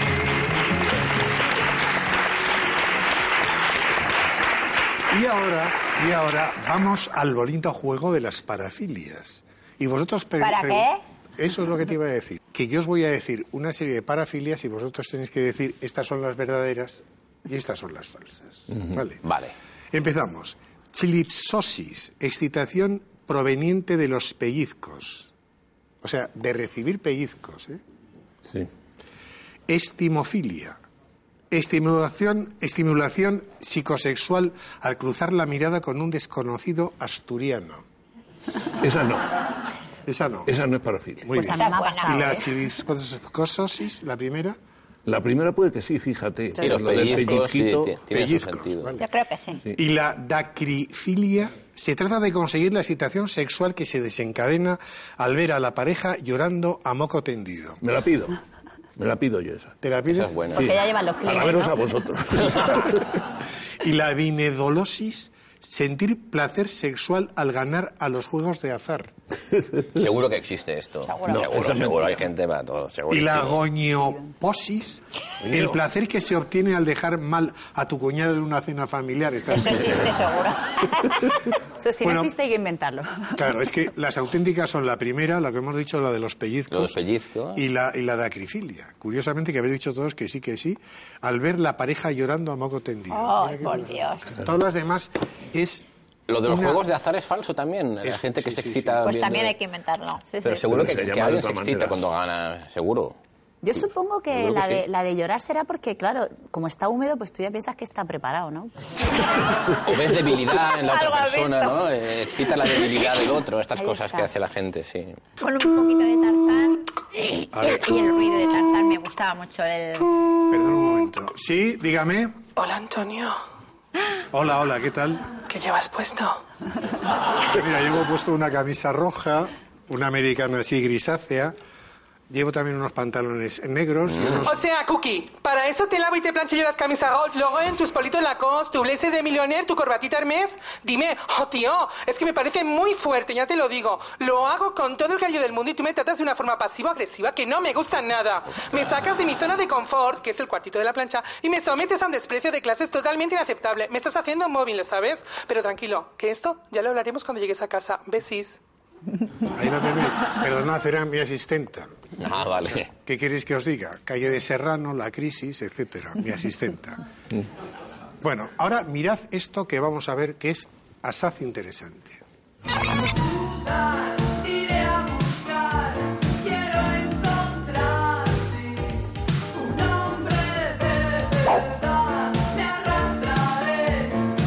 Speaker 3: Y ahora, y ahora vamos al bonito juego de las parafilias. Y vosotros pre-
Speaker 10: ¿Para
Speaker 3: pre-
Speaker 10: qué?
Speaker 3: Eso es lo que te iba a decir. Que yo os voy a decir una serie de parafilias y vosotros tenéis que decir estas son las verdaderas y estas son las falsas. ¿Vale?
Speaker 8: Vale.
Speaker 3: Empezamos. Chlipsosis, excitación proveniente de los pellizcos. O sea, de recibir pellizcos. ¿eh?
Speaker 9: Sí.
Speaker 3: Estimofilia, estimulación, estimulación psicosexual al cruzar la mirada con un desconocido asturiano.
Speaker 9: Esa no.
Speaker 3: Esa no.
Speaker 9: Esa no es parafilia.
Speaker 3: Muy
Speaker 7: Pues
Speaker 3: bien.
Speaker 7: a mí me ha pasado,
Speaker 3: ¿Y la
Speaker 7: ¿eh?
Speaker 3: chiscososis, la primera?
Speaker 9: La primera puede que sí, fíjate.
Speaker 8: Sí, los
Speaker 9: Lo del
Speaker 8: pellizcos, sí,
Speaker 9: pellizquito.
Speaker 8: ti- tiene su
Speaker 3: Pellizcos,
Speaker 8: sentido.
Speaker 3: vale.
Speaker 10: Yo creo que sí.
Speaker 3: Y la dacrifilia se trata de conseguir la excitación sexual que se desencadena al ver a la pareja llorando a moco tendido.
Speaker 9: Me la pido. Me la pido yo esa.
Speaker 3: ¿Te la pides?
Speaker 8: Esa es buena.
Speaker 7: Porque
Speaker 9: Sí.
Speaker 7: ya llevan los
Speaker 9: Para
Speaker 7: clines,
Speaker 9: veros
Speaker 7: ¿no?
Speaker 9: a vosotros.
Speaker 3: Y la vinedolosis, sentir placer sexual al ganar a los juegos de azar.
Speaker 8: Seguro que existe esto.
Speaker 7: Seguro.
Speaker 8: No, seguro,
Speaker 9: esa es
Speaker 8: seguro.
Speaker 9: mentira.
Speaker 8: Hay gente para todo. Seguro.
Speaker 3: Y la goñoposis, el placer que se obtiene al dejar mal a tu cuñado en una cena familiar. Estás-
Speaker 10: Eso existe seguro.
Speaker 7: Eso si
Speaker 3: Bueno.
Speaker 7: no existe hay que inventarlo.
Speaker 3: Claro, es que las auténticas son la primera, la que hemos dicho, la de los pellizcos.
Speaker 8: Los pellizcos.
Speaker 3: Y la, y la de acrifilia. Curiosamente, que habéis dicho todos que sí, que sí, al ver la pareja llorando a moco tendido.
Speaker 10: Ay,
Speaker 3: Mira qué
Speaker 10: por
Speaker 3: cosa.
Speaker 10: Dios.
Speaker 3: Todas las demás es...
Speaker 8: Lo de los
Speaker 3: una-
Speaker 8: juegos de azar es falso también. La
Speaker 3: Es-
Speaker 8: gente que
Speaker 3: sí,
Speaker 8: se
Speaker 3: sí,
Speaker 8: excita
Speaker 10: Pues
Speaker 8: viendo-
Speaker 10: también hay que inventarlo. Sí,
Speaker 8: Pero
Speaker 10: sí.
Speaker 8: seguro
Speaker 9: Pero
Speaker 8: que,
Speaker 9: se
Speaker 8: que
Speaker 9: llama de
Speaker 8: alguien se
Speaker 9: otra
Speaker 8: excita
Speaker 9: manera.
Speaker 8: cuando gana, seguro.
Speaker 7: Yo supongo que,
Speaker 8: Yo creo
Speaker 7: la,
Speaker 8: que
Speaker 7: de,
Speaker 8: sí.
Speaker 7: la de llorar será porque, claro, como está húmedo, pues tú ya piensas que está preparado, ¿no?
Speaker 8: O ves debilidad en la otra
Speaker 7: Algo has
Speaker 8: persona,
Speaker 7: visto.
Speaker 8: ¿no? Eh, excita la debilidad del otro, estas
Speaker 7: Ahí
Speaker 8: cosas
Speaker 7: está.
Speaker 8: que hace la gente, sí.
Speaker 10: Con un poquito de Tarzán.
Speaker 3: A ver.
Speaker 10: Y el ruido de Tarzán me gustaba mucho. El...
Speaker 3: Perdón un momento. Sí, dígame.
Speaker 1: Hola, Antonio.
Speaker 3: Hola, hola, ¿qué tal?
Speaker 1: ¿Qué llevas puesto?
Speaker 3: Mira, llevo puesto una camisa roja, una americana así grisácea. Llevo también unos pantalones negros y unos...
Speaker 1: O sea, Cookie, para eso te lavo y te plancho yo las camisas Ralph Lauren, tus politos Lacoste, tu blazer de millionaire, tu corbatita Hermès. Dime, oh tío, es que me parece muy fuerte, ya te lo digo. Lo hago con todo el cariño del mundo y tú me tratas de una forma pasivo-agresiva que no me gusta nada. Me sacas de mi zona de confort, que es el cuartito de la plancha, y me sometes a un desprecio de clases totalmente inaceptable. Me estás haciendo móvil, ¿lo sabes? Pero tranquilo, que esto ya lo hablaremos cuando llegues a casa. Besis.
Speaker 3: Ahí la tenéis. Perdonad, era mi asistenta.
Speaker 8: Ah, vale.
Speaker 3: ¿Qué queréis que os diga? Calle de Serrano, La Crisis, etcétera. Mi asistenta. Bueno, ahora mirad esto que vamos a ver que es asaz interesante.
Speaker 11: Iré a buscar, quiero encontrar, sí, un hombre de verdad. Me arrastraré,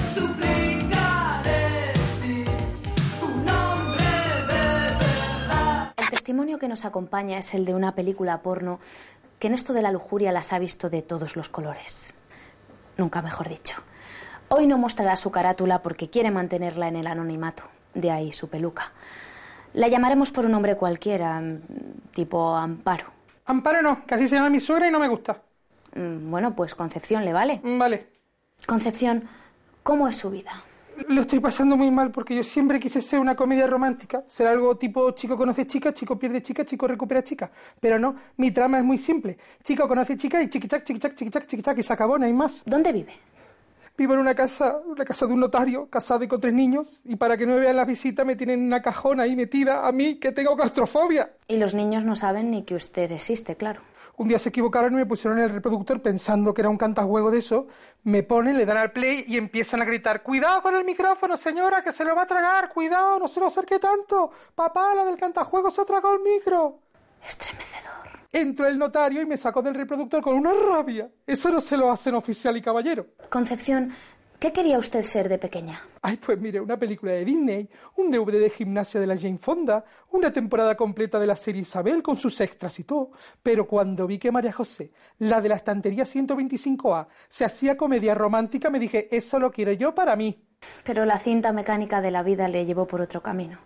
Speaker 11: suplicaré, sí, un hombre de verdad.
Speaker 5: El testimonio que nos acompaña es el de una película porno que en esto de la lujuria las ha visto de todos los colores. Nunca mejor dicho. Hoy no mostrará su carátula porque quiere mantenerla en el anonimato. De ahí su peluca. La llamaremos por un nombre cualquiera, tipo Amparo.
Speaker 1: Amparo no, que así se llama mi suegra y no me gusta.
Speaker 5: Mm, Bueno, pues Concepción, ¿le vale?
Speaker 1: Vale.
Speaker 5: Concepción, ¿cómo es su vida?
Speaker 1: Lo estoy pasando muy mal porque yo siempre quise ser una comedia romántica, ser algo tipo chico conoce chica, chico pierde chica, chico recupera chica. Pero no, mi trama es muy simple. Chico conoce chica y chiquichac, chiquichac, chiquichac, chiquichac y se acabó, no hay más.
Speaker 5: ¿Dónde vive?
Speaker 1: Vivo en una casa, una casa de un notario, casado y con tres niños, y para que no me vean las visitas me tienen en una cajona ahí metida, a mí que tengo claustrofobia.
Speaker 5: Y los niños no saben ni que usted existe, claro.
Speaker 1: Un día se equivocaron y me pusieron el reproductor pensando que era un cantajuego de eso. Me ponen, le dan al play y empiezan a gritar: ¡cuidado con el micrófono, señora, que se lo va a tragar! ¡Cuidado, no se lo acerque tanto! ¡Papá, la del cantajuego se tragó el micro!
Speaker 5: Estremecedor.
Speaker 1: Entró el notario y me sacó del reproductor con una rabia. Eso no se lo hacen oficial y caballero.
Speaker 5: Concepción, ¿qué quería usted ser de pequeña?
Speaker 1: Ay, pues mire, una película de Disney, un D V D de gimnasia de la Jane Fonda, una temporada completa de la serie Isabel con sus extras y todo. Pero cuando vi que María José, la de la estantería ciento veinticinco A, se hacía comedia romántica, me dije, eso lo quiero yo para mí.
Speaker 5: Pero la cinta mecánica de la vida le llevó por otro camino.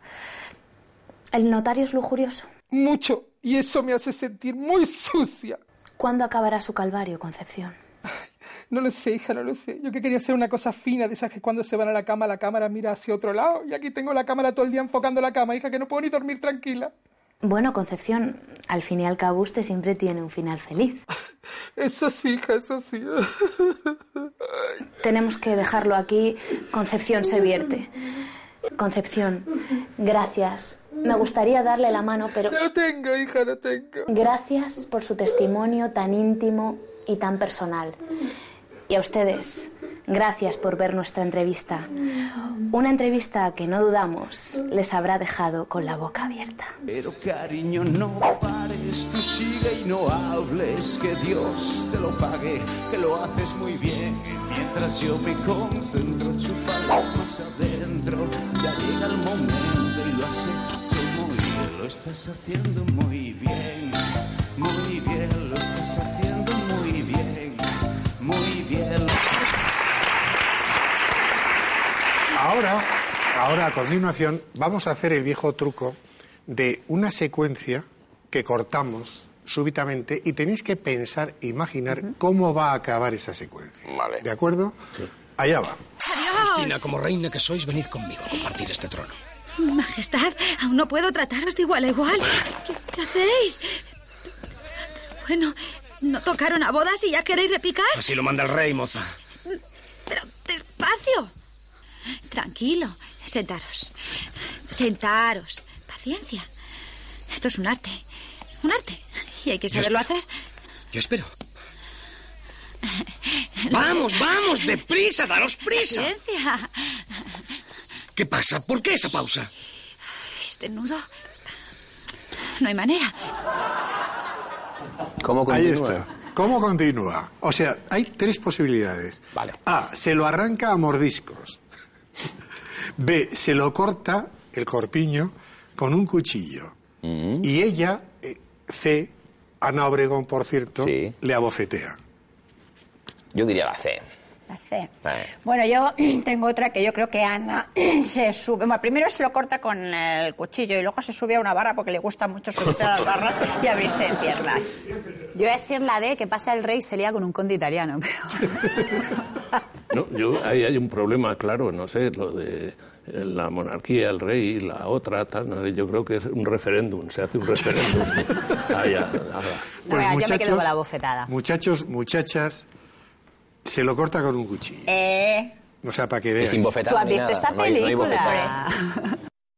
Speaker 5: ¿El notario es lujurioso?
Speaker 1: Mucho, y eso me hace sentir muy sucia.
Speaker 5: ¿Cuándo acabará su calvario, Concepción?
Speaker 1: No lo sé, hija, no lo sé. Yo que quería hacer una cosa fina, de esas que cuando se van a la cama, la cámara mira hacia otro lado. Y aquí tengo la cámara todo el día enfocando la cama, hija, que no puedo ni dormir tranquila.
Speaker 5: Bueno, Concepción, al fin y al cabo usted siempre tiene un final feliz.
Speaker 1: Eso sí, hija, eso sí.
Speaker 5: Tenemos que dejarlo aquí. Concepción se vierte. Concepción, gracias. Me gustaría darle la mano, pero...
Speaker 1: No tengo, hija, no tengo.
Speaker 5: Gracias por su testimonio tan íntimo y tan personal. Y a ustedes, gracias por ver nuestra entrevista. Una entrevista que no dudamos les habrá dejado con la boca abierta.
Speaker 23: Pero cariño, no pares, tú sigue y no hables, que Dios te lo pague, que lo haces muy bien. Mientras yo me concentro, chupando más adentro, ya llega el momento y lo has hecho muy bien, lo estás haciendo muy bien, muy bien, lo estás haciendo muy bien, muy bien.
Speaker 3: Ahora, ahora a continuación vamos a hacer el viejo truco de una secuencia que cortamos súbitamente y tenéis que pensar, imaginar uh-huh. cómo va a acabar esa secuencia.
Speaker 8: Vale.
Speaker 3: ¿De acuerdo? Sí. Allá va.
Speaker 24: Justina, como reina que sois, venid conmigo a compartir este trono.
Speaker 25: Majestad, aún no puedo trataros de igual a igual. ¿Qué, qué hacéis? Bueno, ¿no tocaron a bodas y ya queréis repicar?
Speaker 24: Así lo manda el rey, moza.
Speaker 25: Pero despacio. Tranquilo, sentaros. Sentaros. Paciencia. Esto es un arte. Un arte. Y hay que saberlo hacer.
Speaker 24: Yo espero. ¡Vamos, vamos! ¡Deprisa! ¡Daros prisa!
Speaker 25: Paciencia.
Speaker 24: ¿Qué pasa? ¿Por qué esa pausa?
Speaker 25: Este nudo... No hay manera.
Speaker 8: ¿Cómo continúa?
Speaker 3: Ahí está. ¿Cómo continúa? O sea, hay tres posibilidades.
Speaker 8: Vale.
Speaker 3: A, se lo arranca a mordiscos. B, se lo corta el corpiño con un cuchillo.
Speaker 8: Mm.
Speaker 3: Y ella, eh, C, Ana Obregón, por cierto,
Speaker 8: Sí.
Speaker 3: le abofetea.
Speaker 8: Yo diría la C.
Speaker 10: La C.
Speaker 8: Eh.
Speaker 10: Bueno, yo tengo otra que yo creo que Ana se sube. Bueno, primero se lo corta con el cuchillo y luego se sube a una barra porque le gusta mucho subirse a las barras y abrirse en piernas.
Speaker 7: Yo voy a decir la D, que pasa el rey y se lía con un conde italiano. Pero...
Speaker 9: No, yo, ahí hay un problema, claro, no sé, lo de la monarquía, el rey y la otra, tal, no sé, yo creo que es un referéndum, se hace un referéndum. Ah, ya, nada.
Speaker 7: No, vea, yo me quedo con la bofetada.
Speaker 3: Muchachos, muchachas, se lo corta con un cuchillo.
Speaker 10: Eh...
Speaker 3: O sea, para que
Speaker 8: Y
Speaker 3: veáis.
Speaker 8: sin bofetada
Speaker 7: ¿Tú has
Speaker 8: ni
Speaker 7: visto
Speaker 8: nada.
Speaker 7: esa
Speaker 8: No hay- no hay
Speaker 7: película?
Speaker 8: bofetada.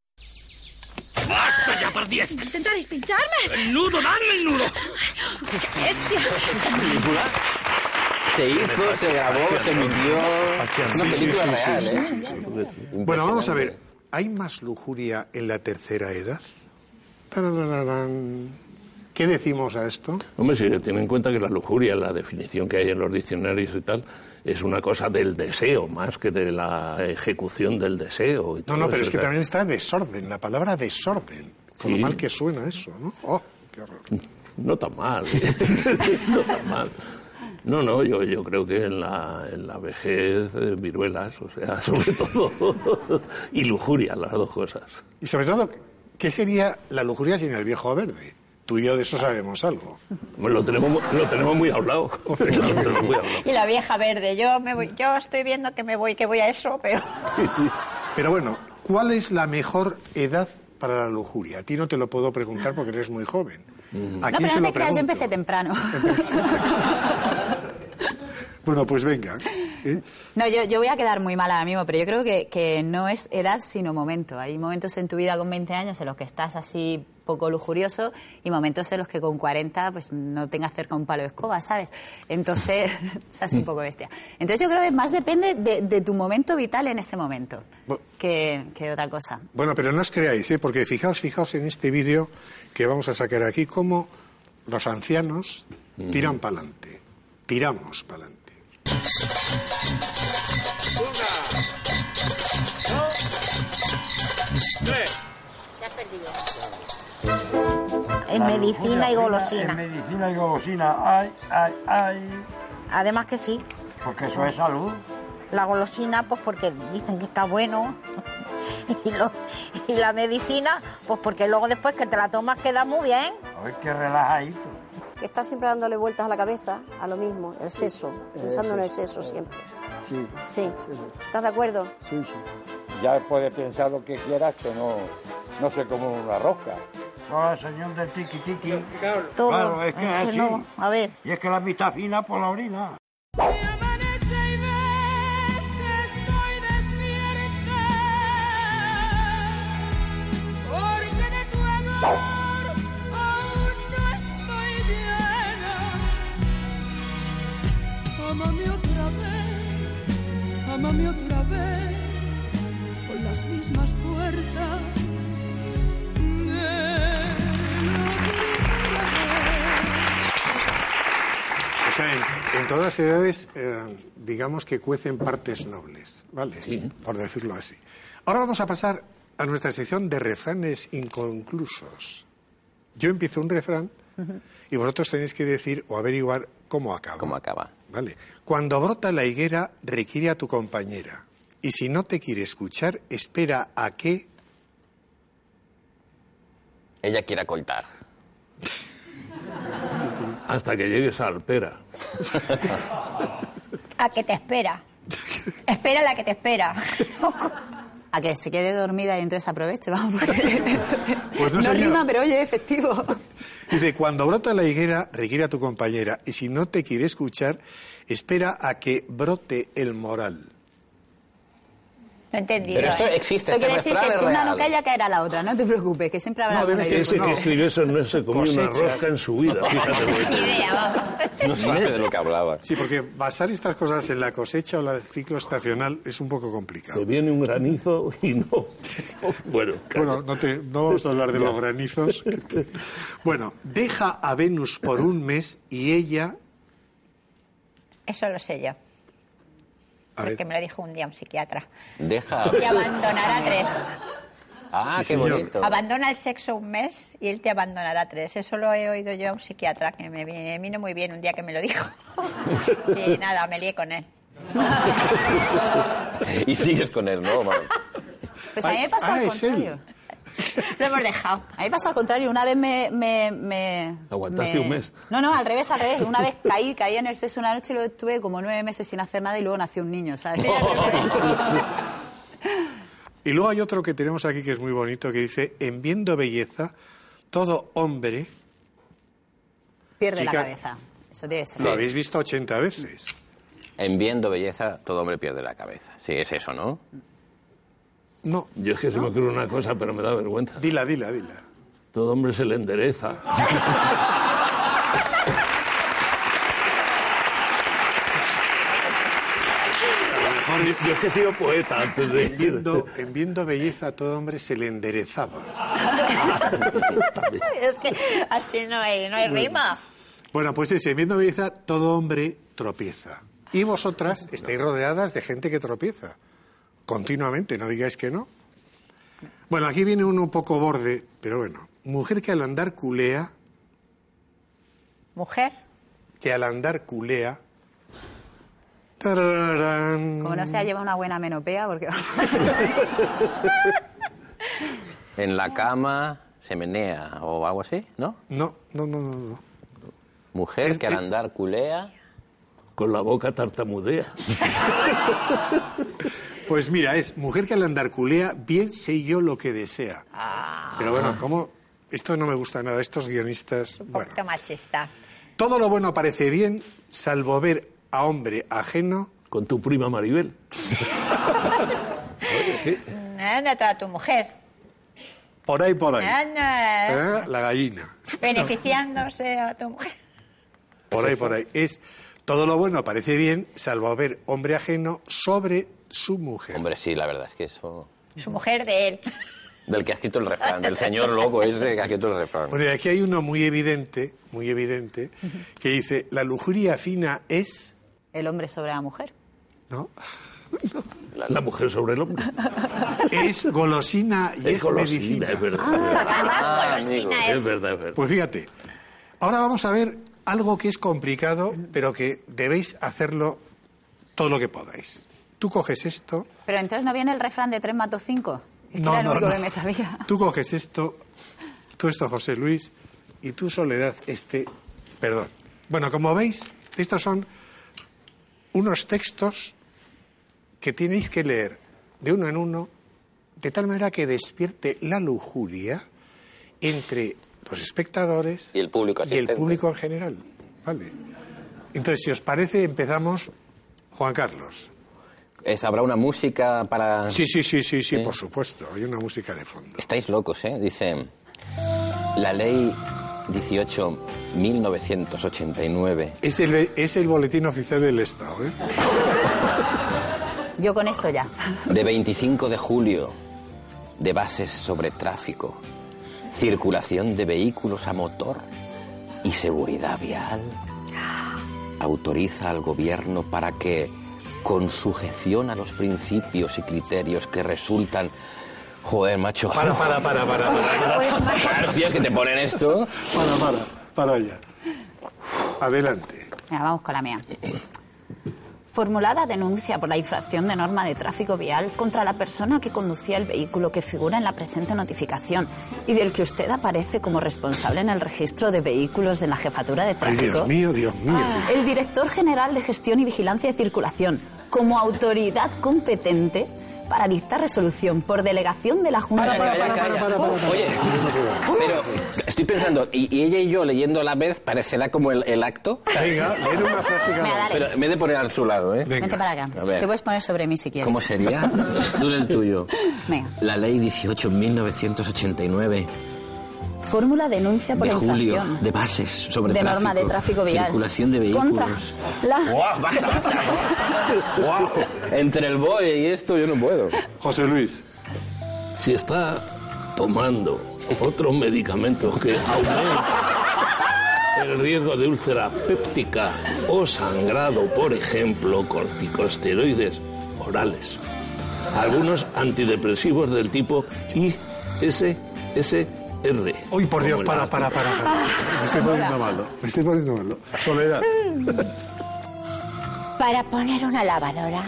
Speaker 24: ¡Basta ya, par diez!
Speaker 25: ¿Intentaréis pincharme?
Speaker 24: ¡El nudo, dale el nudo!
Speaker 25: ¡Bestia!
Speaker 8: película se hizo, se grabó, se emitió. Es una
Speaker 3: Sí, sí,
Speaker 8: película
Speaker 3: sí,
Speaker 8: real,
Speaker 3: sí,
Speaker 8: ¿eh?
Speaker 3: sí, sí. Bueno, vamos a ver. ¿Hay más lujuria en la tercera edad? Tarararán. ¿Qué decimos a esto?
Speaker 9: Hombre, si tiene en cuenta que la lujuria, la definición que hay en los diccionarios y tal, es una cosa del deseo, más que de la ejecución del deseo. Y
Speaker 3: No,
Speaker 9: todo
Speaker 3: no, pero
Speaker 9: eso,
Speaker 3: es que
Speaker 9: o sea,
Speaker 3: también está desorden, la palabra desorden. Con
Speaker 9: Sí.
Speaker 3: lo mal que suena eso, ¿no? ¡Oh, qué horror!
Speaker 9: No tan mal, no tan mal. No, no, yo, yo creo que en la, en la vejez, eh, viruelas, o sea, sobre todo, y lujuria, las dos cosas.
Speaker 3: Y sobre todo, ¿qué sería la lujuria sin el viejo verde? Tú y yo de eso sabemos algo.
Speaker 9: Lo tenemos, lo tenemos muy hablado. Lo tenemos muy hablado.
Speaker 10: Y la vieja verde. Yo me voy, yo estoy viendo que me voy, que voy a eso, pero...
Speaker 3: Pero bueno, ¿cuál es la mejor edad para la lujuria? A ti no te lo puedo preguntar porque eres muy joven. ¿A
Speaker 7: No,
Speaker 3: quién
Speaker 7: pero
Speaker 3: se
Speaker 7: no
Speaker 3: lo
Speaker 7: te creas, yo
Speaker 3: pregunto?
Speaker 7: empecé temprano.
Speaker 3: Bueno, pues venga. ¿eh?
Speaker 7: No, yo, yo voy a quedar muy mal ahora mismo, pero yo creo que, que no es edad sino momento. Hay momentos en tu vida con veinte años en los que estás así poco lujurioso y momentos en los que con cuarenta pues no tengas cerca un palo de escoba, ¿sabes? Entonces, es así un poco bestia. Entonces yo creo que más depende de, de tu momento vital en ese momento que, que de otra cosa.
Speaker 3: Bueno, pero no os creáis, ¿eh? Porque fijaos, fijaos en este vídeo que vamos a sacar aquí, cómo los ancianos tiran para adelante. Tiramos para adelante.
Speaker 10: Ya has perdido.
Speaker 2: En medicina y golosina.
Speaker 6: En medicina y golosina, ay, ay, ay.
Speaker 2: Además que sí.
Speaker 6: Porque eso es salud.
Speaker 2: La golosina, pues porque dicen que está bueno. Y, lo- y la medicina, pues porque luego después que te la tomas queda muy bien.
Speaker 6: A ver qué relajadito.
Speaker 14: Que está siempre dándole vueltas a la cabeza, a lo mismo, el seso, pensando en el
Speaker 6: Eso es.
Speaker 14: seso siempre.
Speaker 6: Sí.
Speaker 14: Sí. ¿Estás de acuerdo?
Speaker 6: Sí, sí. Ya puedes pensar lo que quieras, que no, no se come una rosca. No, el señor del tiki tiki.
Speaker 2: Todo.
Speaker 6: Claro, es que
Speaker 2: Es
Speaker 6: es
Speaker 2: que
Speaker 6: así.
Speaker 2: no, a ver.
Speaker 6: Y es que la mitad fina por la orina.
Speaker 11: Porque de tu amor aún no estoy llena. Ámame otra vez, ámame otra vez, con las mismas puertas de
Speaker 3: O sea, en, en todas edades, eh, digamos que cuecen partes nobles, ¿vale? Por decirlo así. Ahora vamos a pasar a nuestra sección de refranes inconclusos. Yo empiezo un refrán y vosotros tenéis que decir o averiguar cómo acaba.
Speaker 8: ¿Cómo acaba?
Speaker 3: Vale. Cuando brota la higuera, requiere a tu compañera. Y si no te quiere escuchar, espera a que...
Speaker 8: Ella quiere coltar.
Speaker 9: Hasta que llegues a Alpera.
Speaker 10: A que te espera. Espera la que te espera.
Speaker 7: A que se quede dormida y entonces aproveche, vamos. Porque...
Speaker 3: Pues no,
Speaker 7: no
Speaker 3: señora.
Speaker 7: rima, pero oye, efectivo.
Speaker 3: Dice, cuando brota la higuera, requiere a tu compañera. Y si no te quiere escuchar, espera a que brote el moral.
Speaker 10: No he entendido.
Speaker 8: Pero esto
Speaker 10: ¿eh?
Speaker 8: existe,
Speaker 7: Eso
Speaker 8: este
Speaker 7: quiere decir
Speaker 8: refrán
Speaker 7: que
Speaker 8: es
Speaker 7: si una
Speaker 8: real.
Speaker 7: no calla, caerá la otra. No te preocupes, que siempre habrá
Speaker 3: No, debe
Speaker 7: alguna
Speaker 3: ser-
Speaker 9: Ese
Speaker 3: no.
Speaker 9: que escribió eso no se comió una
Speaker 3: Cosechas.
Speaker 9: rosca en su vida. Fíjate lo que te digo.
Speaker 8: No sabe de lo que hablaba.
Speaker 3: Sí, porque basar estas cosas en la cosecha o el ciclo estacional es un poco complicado.
Speaker 9: Te viene un granizo y no. Bueno,
Speaker 3: Bueno, no, te- no vamos a hablar de los granizos. Bueno, deja a Venus por un mes y ella...
Speaker 10: Eso lo sé yo.
Speaker 3: A
Speaker 10: Porque
Speaker 3: ver.
Speaker 10: me lo dijo un día un psiquiatra.
Speaker 8: Deja.
Speaker 10: Te abandonará tres.
Speaker 8: Ah,
Speaker 3: Sí,
Speaker 8: qué
Speaker 3: señor.
Speaker 8: bonito.
Speaker 10: Abandona el sexo un mes y él te abandonará tres. Eso lo he oído yo a un psiquiatra que me vi- vino muy bien un día que me lo dijo. Y nada, me lié con él.
Speaker 8: Y sigues con él, ¿no? Vale.
Speaker 7: Pues a mí me pasa
Speaker 3: Ah,
Speaker 7: al
Speaker 3: es él.
Speaker 7: contrario.
Speaker 10: Lo hemos dejado.
Speaker 7: A mí me pasa al contrario. Una vez me... me, me
Speaker 9: Aguantaste
Speaker 7: me-
Speaker 9: un mes.
Speaker 7: No, no, al revés, al revés. Una vez caí, caí en el sexo una noche y luego estuve como nueve meses sin hacer nada y luego nació un niño, ¿sabes?
Speaker 3: Y luego hay otro que tenemos aquí que es muy bonito, que dice, en viendo belleza, todo hombre...
Speaker 7: Pierde
Speaker 3: Chica.
Speaker 7: la cabeza. Eso tiene que ser.
Speaker 3: Lo habéis visto ochenta veces.
Speaker 8: En viendo belleza, todo hombre pierde la cabeza. Sí, es eso, ¿no?
Speaker 3: No.
Speaker 9: Yo es que se me ocurre una cosa, pero me da vergüenza.
Speaker 3: Dila, dila, dila.
Speaker 9: Todo hombre se le endereza. Yo es que he sido poeta antes de...
Speaker 3: En viendo, en viendo belleza, todo hombre se le enderezaba.
Speaker 10: Es que así no hay, no hay rima.
Speaker 3: Bueno, pues ese, en viendo belleza, todo hombre tropieza. Y vosotras estáis rodeadas de gente que tropieza. Continuamente, no digáis que no. Bueno, aquí viene uno un poco borde, pero bueno. Mujer que al andar culea,
Speaker 10: Mujer.
Speaker 3: que al andar culea... tararán.
Speaker 7: Como no sea, lleva una buena menopea porque...
Speaker 8: En la cama se menea o algo así, ¿no?
Speaker 3: No, no, no, no, no.
Speaker 8: Mujer que al andar culea...
Speaker 9: Con la boca tartamudea.
Speaker 3: Pues mira, es mujer que al andar culea, bien sé yo lo que desea. Pero bueno, ¿cómo? Esto no me gusta nada, estos guionistas...
Speaker 10: Un
Speaker 3: Bueno,
Speaker 10: poquito machista.
Speaker 3: todo lo bueno parece bien, salvo ver a hombre ajeno...
Speaker 9: Con tu prima Maribel.
Speaker 10: Anda toda tu mujer.
Speaker 3: Por ahí, por ahí.
Speaker 10: Anda.
Speaker 3: ¿Eh? La gallina.
Speaker 10: Beneficiándose a tu mujer.
Speaker 3: Por ahí, por ahí. Es todo lo bueno parece bien, salvo ver hombre ajeno sobre su mujer.
Speaker 8: Hombre, sí, la verdad es que eso...
Speaker 10: Su mujer de él.
Speaker 8: Del que ha escrito el refrán, del señor loco ese que ha escrito el refrán.
Speaker 3: Bueno, y aquí hay uno muy evidente, muy evidente, que dice, la lujuria fina es...
Speaker 7: El hombre sobre la mujer.
Speaker 3: ¿No?
Speaker 9: La, la mujer sobre el hombre.
Speaker 3: Es golosina y es,
Speaker 9: Es golosina,
Speaker 3: medicina.
Speaker 9: es verdad.
Speaker 10: Ah, golosina
Speaker 9: Es
Speaker 10: es.
Speaker 9: verdad, es verdad.
Speaker 3: Pues fíjate, ahora vamos a ver algo que es complicado, pero que debéis hacerlo todo lo que podáis. Tú coges esto,
Speaker 7: Pero entonces no viene el refrán de tres mato cinco. Es que
Speaker 3: No,
Speaker 7: era el
Speaker 3: no,
Speaker 7: único
Speaker 3: no.
Speaker 7: que me sabía.
Speaker 3: tú coges esto, tú esto, José Luis, y tú, Soledad, este, perdón. Bueno, como veis, estos son unos textos que tenéis que leer de uno en uno, de tal manera que despierte la lujuria entre los espectadores
Speaker 8: Y el público
Speaker 3: y el
Speaker 8: asistente.
Speaker 3: público en general. ¿Vale? Entonces, si os parece, empezamos. Juan Carlos.
Speaker 8: Es, ¿Habrá una música para...?
Speaker 3: Sí, sí, sí, sí, sí,
Speaker 8: ¿Sí?
Speaker 3: por supuesto. Hay una música de fondo.
Speaker 8: Estáis locos, ¿eh? Dice, la ley dieciocho mil novecientos ochenta y nueve...
Speaker 3: Es el, es el boletín oficial del Estado, ¿eh?
Speaker 7: Yo con eso ya.
Speaker 8: de veinticinco de julio, de bases sobre tráfico, circulación de vehículos a motor y seguridad vial, autoriza al gobierno para que, con sujeción a los principios y criterios que resultan... Joder, macho.
Speaker 3: Para, para, para, para, para.
Speaker 8: Claro, tío, es que te ponen esto.
Speaker 3: Para, para, para allá. Adelante.
Speaker 7: Venga, vamos con la mía. Formulada denuncia por la infracción de norma de tráfico vial contra la persona que conducía el vehículo que figura en la presente notificación y del que usted aparece como responsable en el registro de vehículos de la Jefatura de
Speaker 3: Ay,
Speaker 7: Tráfico.
Speaker 3: Dios mío, Dios mío.
Speaker 7: El director general de Gestión y Vigilancia de Circulación, como autoridad competente, para dictar resolución por delegación de la Junta
Speaker 8: Calla,
Speaker 7: de
Speaker 8: calla, calla. Oye, pero estoy pensando, y, y ella y yo leyendo a la vez, parecerá como el, el acto.
Speaker 3: Venga, lee una frase cada
Speaker 7: Venga, dale.
Speaker 8: Pero en vez de poner a su lado, ¿eh?
Speaker 7: Vente para acá.
Speaker 8: A ver.
Speaker 7: Te puedes poner sobre mí si quieres.
Speaker 8: ¿Cómo sería? Tú el tuyo.
Speaker 7: Venga.
Speaker 8: La ley dieciocho mil novecientos ochenta y nueve.
Speaker 7: Fórmula denuncia por
Speaker 8: De julio,
Speaker 7: infracción.
Speaker 8: de bases sobre
Speaker 7: de
Speaker 8: tráfico.
Speaker 7: norma de tráfico vial.
Speaker 8: Circulación de vehículos.
Speaker 7: Contra la...
Speaker 8: ¡Guau! ¡Basta, basta! ¡Guau! Entre el B O E y esto yo no puedo.
Speaker 3: José Luis.
Speaker 9: Si está tomando otros medicamentos que aumentan el riesgo de úlcera péptica o sangrado, por ejemplo, corticosteroides orales, algunos antidepresivos del tipo I S S R.
Speaker 3: Uy, por Dios,
Speaker 9: como
Speaker 3: para,
Speaker 9: la-
Speaker 3: para, para, para. Me estoy poniendo malo, me estoy poniendo malo. Soledad.
Speaker 10: Para poner una lavadora,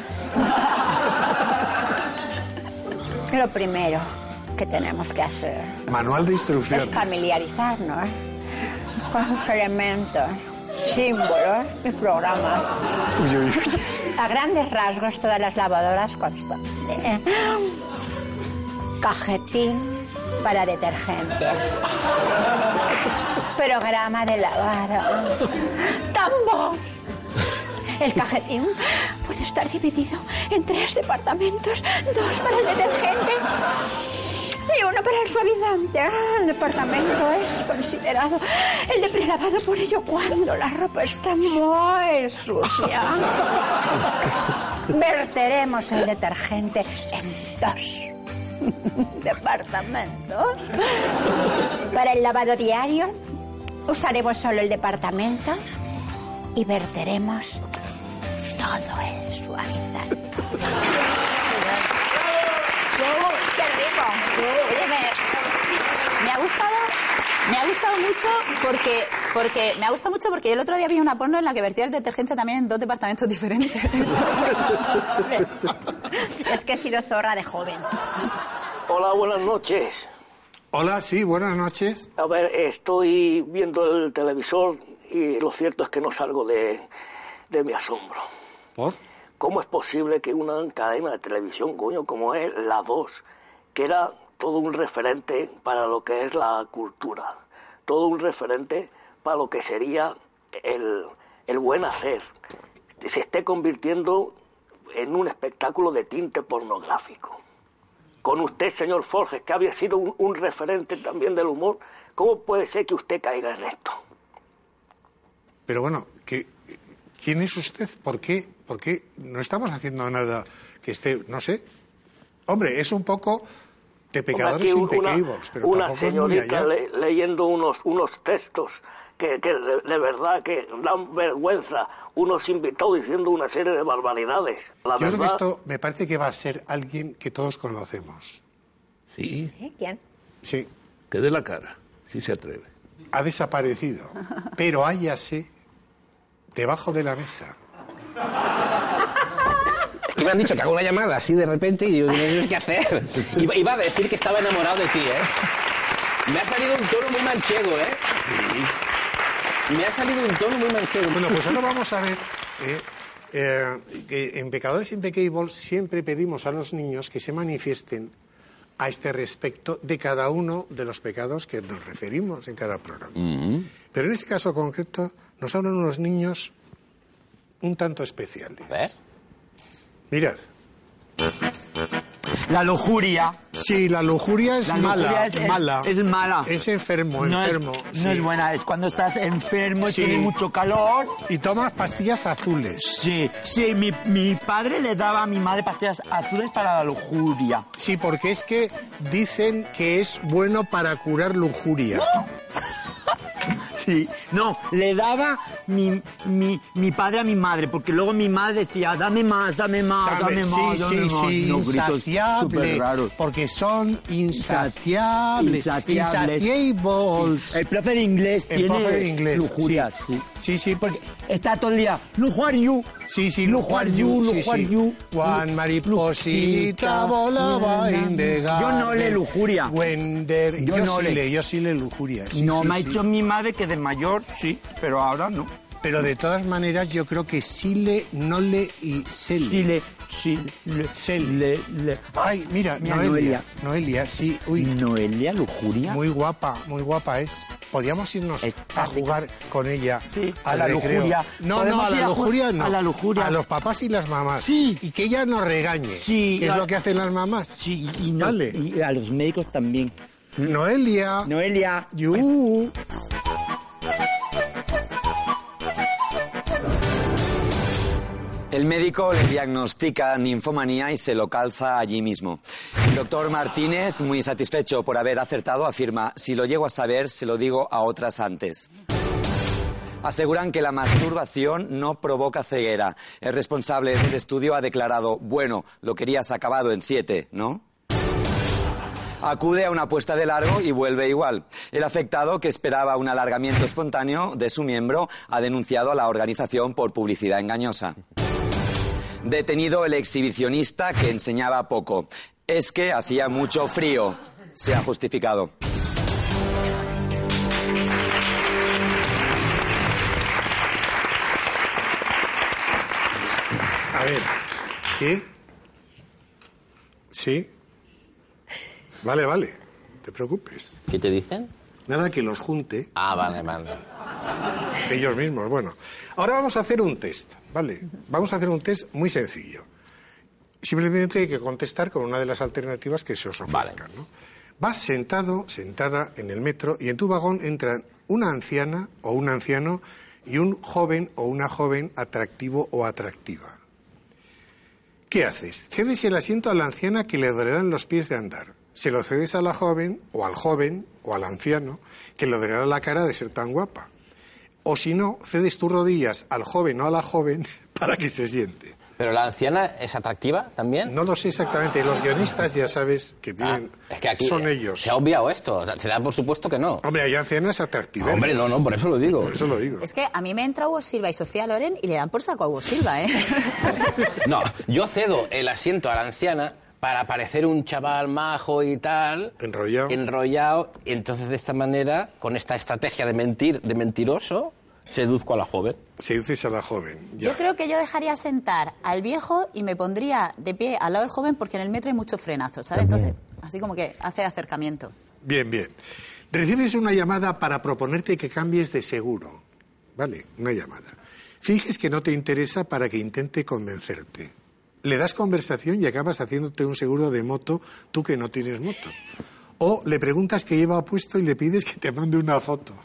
Speaker 10: lo primero que tenemos que hacer
Speaker 3: Manual de
Speaker 10: es
Speaker 3: instrucciones.
Speaker 10: familiarizarnos con los elementos, símbolos y programas.
Speaker 3: Uy, uy, uy.
Speaker 10: A grandes rasgos, todas las lavadoras constan de cajetín para detergente, programa de lavado, tambor. El cajetín puede estar dividido en tres departamentos, dos para el detergente y uno para el suavizante. El departamento es considerado el de prelavado, por ello cuando la ropa está muy sucia, verteremos el detergente en dos departamentos. Para el lavado diario usaremos solo el departamento y verteremos todo el suavizante.
Speaker 7: ¡Qué rico! Oye, me, me ha gustado, me ha gustado mucho porque, porque me ha gustado mucho porque el otro día vi una porno en la que vertía el detergente también en dos departamentos diferentes.
Speaker 10: Es que he sido zorra de joven.
Speaker 6: Hola, buenas noches.
Speaker 3: Hola, sí, buenas noches.
Speaker 6: A ver, estoy viendo el televisor y lo cierto es que no salgo de, de mi asombro.
Speaker 3: ¿Por?
Speaker 6: ¿Cómo es posible que una cadena de televisión, coño, como es La dos, que era todo un referente para lo que es la cultura, todo un referente para lo que sería el, el buen hacer, se esté convirtiendo en un espectáculo de tinte pornográfico? Con usted, señor Forges, que había sido un, un referente también del humor, ¿cómo puede ser que usted caiga en esto?
Speaker 3: Pero bueno, ¿qué, ¿quién es usted? ¿Por qué? ¿Por qué no estamos haciendo nada que esté, no sé? Hombre, es un poco de pecadores
Speaker 6: Aquí un-
Speaker 3: impecables, pero
Speaker 6: una
Speaker 3: tampoco es muy
Speaker 6: señorita
Speaker 3: allá.
Speaker 6: le- leyendo unos, unos textos que, que de, de verdad que dan vergüenza, unos invitados diciendo una serie de barbaridades. La
Speaker 3: Yo creo que
Speaker 6: verdad,
Speaker 3: esto me parece que va a ser alguien que todos conocemos.
Speaker 9: Sí,
Speaker 10: ¿Quién?
Speaker 3: Sí.
Speaker 9: que dé la cara, si se atreve.
Speaker 3: Ha desaparecido, pero hállase debajo de la mesa.
Speaker 8: Es que me han dicho que hago una llamada así de repente y yo no sé qué hacer. Iba, iba a decir que estaba enamorado de ti, ¿eh? Me ha salido un tono muy manchego, ¿eh? Me ha salido un tono muy manchego.
Speaker 3: Bueno, pues ahora vamos a ver eh, eh, que en Pecadores Impecables siempre pedimos a los niños que se manifiesten a este respecto de cada uno de los pecados que nos referimos en cada programa. Pero en este caso concreto nos hablan unos niños un tanto especiales. Mirad.
Speaker 12: La lujuria.
Speaker 3: Sí, la lujuria es
Speaker 12: La
Speaker 3: mala,
Speaker 12: lujuria es, es-
Speaker 3: mala.
Speaker 12: es mala.
Speaker 3: Es enfermo,
Speaker 12: No es-
Speaker 3: enfermo.
Speaker 12: No es buena, es cuando estás enfermo y
Speaker 3: Sí.
Speaker 12: tienes mucho calor.
Speaker 3: Y tomas pastillas azules.
Speaker 12: Sí, sí, mi, mi padre le daba a mi madre pastillas azules para la lujuria.
Speaker 3: Sí, porque es que dicen que es bueno para curar lujuria.
Speaker 12: Sí, no, le daba mi, mi, mi padre a mi madre, porque luego mi madre decía, dame más, dame más, dame,
Speaker 3: Dame,
Speaker 12: más,
Speaker 3: sí,
Speaker 12: dame
Speaker 3: sí,
Speaker 12: más.
Speaker 3: sí,
Speaker 12: Unos gritos
Speaker 3: insaciable,
Speaker 12: superraros.
Speaker 3: porque son insaciables.
Speaker 12: Insaciables.
Speaker 3: Insaciables.
Speaker 12: El profe de inglés
Speaker 3: El
Speaker 12: tiene
Speaker 3: profe de inglés,
Speaker 12: lujuria, sí.
Speaker 3: sí. Sí, sí, porque
Speaker 12: está todo el día, lujuar you.
Speaker 3: Sí, sí,
Speaker 12: lujuar
Speaker 3: lujuar
Speaker 12: you,
Speaker 3: you, sí,
Speaker 12: lujuar
Speaker 3: sí.
Speaker 12: you.
Speaker 3: Juan mariposita volaba in the
Speaker 12: Yo no le
Speaker 3: garden.
Speaker 12: lujuria.
Speaker 3: Wender-
Speaker 12: Yo
Speaker 3: Yo,
Speaker 12: no
Speaker 3: sí
Speaker 12: le-
Speaker 3: le, yo sí le lujuria. sí,
Speaker 12: no,
Speaker 3: sí,
Speaker 12: me ha
Speaker 3: sí.
Speaker 12: dicho mi madre que de mayor sí, pero ahora no.
Speaker 3: pero de todas maneras yo creo que Sile, Nole y Sele.
Speaker 12: Sile, Sile,
Speaker 3: Sele.
Speaker 12: Le.
Speaker 3: Ay, mira,
Speaker 12: Mira,
Speaker 3: Noelia.
Speaker 12: Noelia.
Speaker 3: Noelia, sí. Uy.
Speaker 12: Noelia, lujuria.
Speaker 3: Muy guapa, muy guapa es. Podríamos irnos a jugar con ella
Speaker 12: Sí,
Speaker 3: al
Speaker 12: a la
Speaker 3: recreo.
Speaker 12: lujuria.
Speaker 3: No, no,
Speaker 12: Podemos
Speaker 3: a
Speaker 12: ir
Speaker 3: la
Speaker 12: a
Speaker 3: lujuria
Speaker 12: jugar
Speaker 3: no.
Speaker 12: a la lujuria.
Speaker 3: A los papás y las mamás.
Speaker 12: Sí.
Speaker 3: Y que ella nos regañe.
Speaker 12: Sí.
Speaker 3: Que es
Speaker 12: a-
Speaker 3: lo que hacen las mamás.
Speaker 12: Sí, y, no-
Speaker 3: Vale.
Speaker 12: y a los médicos también.
Speaker 3: Noelia.
Speaker 12: Noelia.
Speaker 3: You.
Speaker 4: El médico le diagnostica ninfomanía y se lo calza allí mismo. El doctor Martínez, muy satisfecho por haber acertado, afirma: si lo llego a saber, se lo digo a otras antes. Aseguran que la masturbación no provoca ceguera. El responsable del estudio ha declarado: bueno, lo querías acabado en siete, ¿no? Acude a una puesta de largo y vuelve igual. El afectado, que esperaba un alargamiento espontáneo de su miembro, ha denunciado a la organización por publicidad engañosa. Detenido el exhibicionista que enseñaba poco. Es que hacía mucho frío. Se ha justificado.
Speaker 3: A ver, ¿qué? ¿Sí? Vale, vale, no te preocupes.
Speaker 8: ¿Qué te dicen?
Speaker 3: Nada, que los junte.
Speaker 8: Ah, vale, vale.
Speaker 3: Ellos mismos, bueno. Ahora vamos a hacer un test, ¿vale? Vamos a hacer un test muy sencillo. Simplemente hay que contestar con una de las alternativas que se os ofrezcan, ¿no? Vas sentado, sentada en el metro y en tu vagón entran una anciana o un anciano y un joven o una joven atractivo o atractiva. ¿Qué haces? Cedes el asiento a la anciana que le dolerán los pies de andar. Se lo cedes a la joven o al joven o al anciano que le dolerá la cara de ser tan guapa. O si no, cedes tus rodillas al joven o a la joven para que se siente.
Speaker 8: ¿Pero la anciana es atractiva también?
Speaker 3: No lo sé exactamente. Los guionistas ya sabes que tienen...
Speaker 8: Ah, es que aquí
Speaker 3: son
Speaker 8: eh,
Speaker 3: ellos.
Speaker 8: se ha obviado esto. O sea, se da por supuesto que no.
Speaker 3: Hombre, hay ancianas atractivas.
Speaker 8: Hombre, no, no, por eso lo digo.
Speaker 3: Por eso lo digo.
Speaker 7: Es que a mí me entra Hugo Silva y Sofía Loren y le dan por saco a Hugo Silva, ¿eh?
Speaker 8: No, yo cedo el asiento a la anciana para parecer un chaval majo y tal.
Speaker 3: Enrollado.
Speaker 8: Enrollado. Y entonces, de esta manera, con esta estrategia de mentir, de mentiroso, seduzco a la joven.
Speaker 3: Seduces a la joven, ya.
Speaker 7: Yo creo que yo dejaría sentar al viejo y me pondría de pie al lado del joven porque en el metro hay mucho frenazo, ¿sabes? Entonces, así como que hace acercamiento.
Speaker 3: Bien, bien. Recibes una llamada para proponerte que cambies de seguro. Vale, una llamada. Finges que no te interesa para que intente convencerte. Le das conversación y acabas haciéndote un seguro de moto, tú que no tienes moto. O le preguntas qué lleva puesto y le pides que te mande una foto.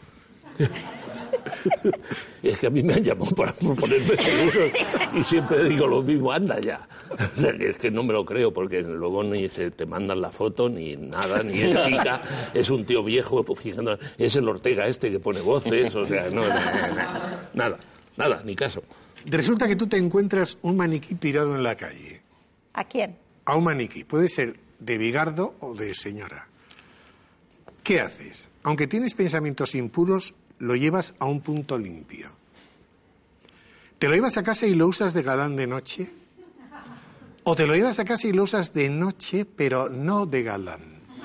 Speaker 9: Es que a mí me han llamado para proponerme seguros y siempre digo lo mismo, anda ya. O sea, que es que no me lo creo porque luego ni se te mandan la foto ni nada, ni es chica, es un tío viejo, fijando, es el Ortega este que pone voces, o sea, no, no, no, nada, nada, nada, ni caso.
Speaker 3: Resulta que tú te encuentras un maniquí tirado en la calle.
Speaker 10: ¿A quién?
Speaker 3: A un maniquí. Puede ser de bigardo o de señora. ¿Qué haces? Aunque tienes pensamientos impuros, lo llevas a un punto limpio. ¿Te lo llevas a casa y lo usas de galán de noche? ¿O te lo llevas a casa y lo usas de noche, pero no de galán?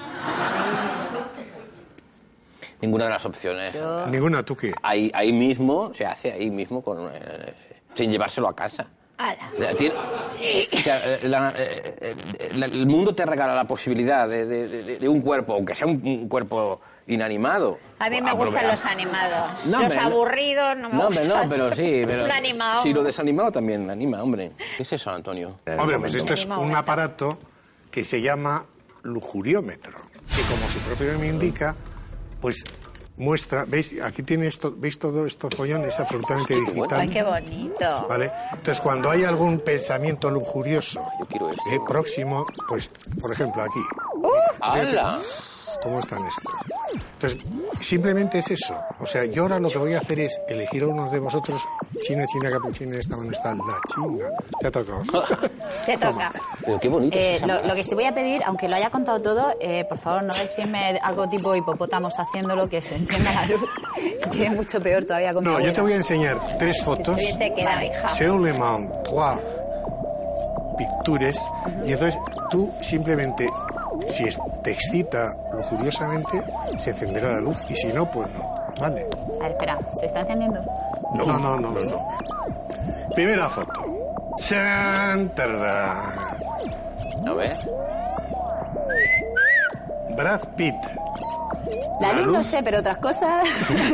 Speaker 8: Ninguna de las opciones.
Speaker 7: Yo-
Speaker 3: Ninguna, ¿tú qué?
Speaker 8: Ahí, ahí mismo, se hace ahí mismo, con, eh, sin llevárselo a casa.
Speaker 10: Ala.
Speaker 8: O sea, tiene- o sea, eh, la- eh, eh, la- el mundo te regala la posibilidad de, de- de- de un cuerpo, aunque sea un, un cuerpo inanimado.
Speaker 10: A mí me
Speaker 8: Aprove-
Speaker 10: gustan los animados.
Speaker 8: No,
Speaker 10: los
Speaker 8: hombre, no.
Speaker 10: aburridos no me
Speaker 8: No, hombre,
Speaker 10: gustan.
Speaker 8: no, pero sí. Pero
Speaker 10: Un animado.
Speaker 8: Sí, lo desanimado también me anima, hombre. ¿Qué es eso, Antonio?
Speaker 3: Hombre, pues esto es
Speaker 10: Momento.
Speaker 3: un aparato que se llama lujuriómetro, que como su propio nombre indica, pues muestra, ¿veis? Aquí tiene esto, ¿veis todo esto follón? Es absolutamente digital.
Speaker 10: Ay, qué bonito.
Speaker 3: ¿Vale? Entonces, cuando hay algún pensamiento lujurioso eh, próximo, pues, por ejemplo, aquí.
Speaker 8: ¡Hala!
Speaker 3: ¿Cómo están estos? Entonces, simplemente es eso. O sea, yo ahora lo que voy a hacer es elegir a unos de vosotros. China, China, capuchina, esta mano está la China. Te ha tocado.
Speaker 10: Te toca.
Speaker 8: Pero qué bonito.
Speaker 7: Eh, lo, lo que sí voy a pedir, aunque lo haya contado todo, eh, por favor no decirme algo tipo hipopótamos haciéndolo, que se encienda la luz, que es mucho peor todavía con mi
Speaker 3: No, yo
Speaker 7: abuela.
Speaker 3: te voy a enseñar tres fotos.
Speaker 10: Sí, te queda, hija.
Speaker 3: Seulement trois pictures. Y entonces tú simplemente, si es- te excita lujuriosamente, se encenderá la luz. Y si no, pues no. Vale.
Speaker 7: A ver, espera, ¿se está encendiendo?
Speaker 3: No, no, no, no. no. Primera foto. ¡Chan! Tararán.
Speaker 8: A ver.
Speaker 3: Brad Pitt.
Speaker 7: La luz no sé, pero otras cosas...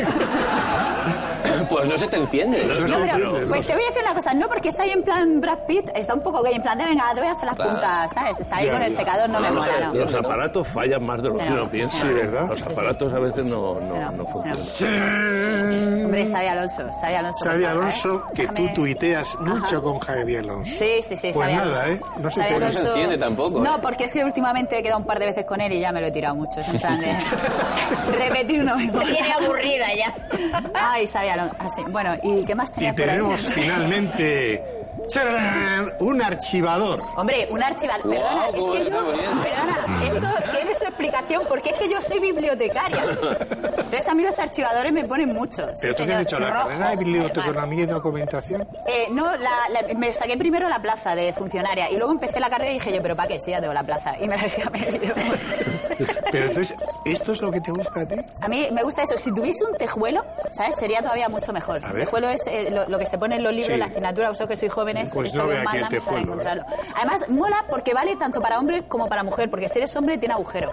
Speaker 8: Pues no se te enciende.
Speaker 3: No,
Speaker 7: No,
Speaker 3: se
Speaker 7: pero,
Speaker 3: entiende,
Speaker 7: pues
Speaker 3: no.
Speaker 7: te voy a decir una cosa, no porque está ahí en plan Brad Pitt, está un poco gay, en plan de venga, te voy a hacer las
Speaker 8: Claro.
Speaker 7: puntas, ¿sabes? Está ahí
Speaker 9: Ya,
Speaker 7: con el
Speaker 9: ya.
Speaker 7: secador, no me
Speaker 9: Los-
Speaker 7: mola, ¿no?
Speaker 9: Los aparatos fallan más de lo
Speaker 7: Este
Speaker 9: que
Speaker 7: no,
Speaker 9: uno piensa.
Speaker 7: este no.
Speaker 3: Sí, ¿verdad?
Speaker 9: Los aparatos a veces no, no,
Speaker 7: no,
Speaker 9: no
Speaker 7: este
Speaker 9: funcionan.
Speaker 7: Hombre, Xavi Alonso, Xavi Alonso.
Speaker 3: Xavi
Speaker 7: por favor,
Speaker 3: Alonso,
Speaker 7: ¿eh?
Speaker 3: que tú
Speaker 7: Déjame-
Speaker 3: tuiteas mucho con Xavi Alonso.
Speaker 7: Sí, sí, sí,
Speaker 3: Pues
Speaker 7: Xavi
Speaker 3: nada,
Speaker 7: Alonso.
Speaker 3: ¿eh? No se
Speaker 7: Xavi
Speaker 3: puede.
Speaker 8: No se enciende tampoco,
Speaker 7: No,
Speaker 8: ¿eh?
Speaker 7: porque es que últimamente he quedado un par de veces con él y ya me lo he tirado mucho. Es en plan de... Repetir no me
Speaker 10: Me tiene aburrida ya.
Speaker 7: Ay, Xavi Alonso. Así. Bueno, ¿y qué más
Speaker 3: Y
Speaker 7: tenías por ahí?
Speaker 3: tenemos finalmente ¡charán! Un archivador.
Speaker 7: Hombre, un archivador.
Speaker 8: Guau,
Speaker 7: Perdona, es
Speaker 8: cómo
Speaker 7: que
Speaker 8: está
Speaker 7: yo.
Speaker 8: poniendo.
Speaker 7: Perdona, esto tiene su explicación porque es que yo soy bibliotecaria. Entonces a mí los archivadores me ponen mucho. Sí,
Speaker 3: ¿Pero tú qué has
Speaker 7: señor.
Speaker 3: hecho? ¿La
Speaker 7: Rojo.
Speaker 3: carrera de biblioteconomía y documentación?
Speaker 7: Eh, no, la- la- me saqué primero la plaza de funcionaria y luego empecé la carrera y dije yo, pero ¿para qué? Si ya tengo la plaza. Y me la dejé a medio.
Speaker 3: Pero entonces, ¿esto es lo que te gusta a ti?
Speaker 7: A mí me gusta eso. Si tuviese un tejuelo, ¿sabes? Sería todavía mucho mejor.
Speaker 3: A
Speaker 7: El
Speaker 3: ver.
Speaker 7: tejuelo es eh, lo, lo que se pone en los libros,
Speaker 3: Sí.
Speaker 7: la asignatura. Vosotros que sois jóvenes,
Speaker 3: Pues
Speaker 7: esto
Speaker 3: no
Speaker 7: lo
Speaker 3: veo aquí el
Speaker 7: mandan para
Speaker 3: tejuelo,
Speaker 7: encontrarlo. Además, mola porque vale tanto para hombre como para mujer, porque si eres hombre tiene agujero.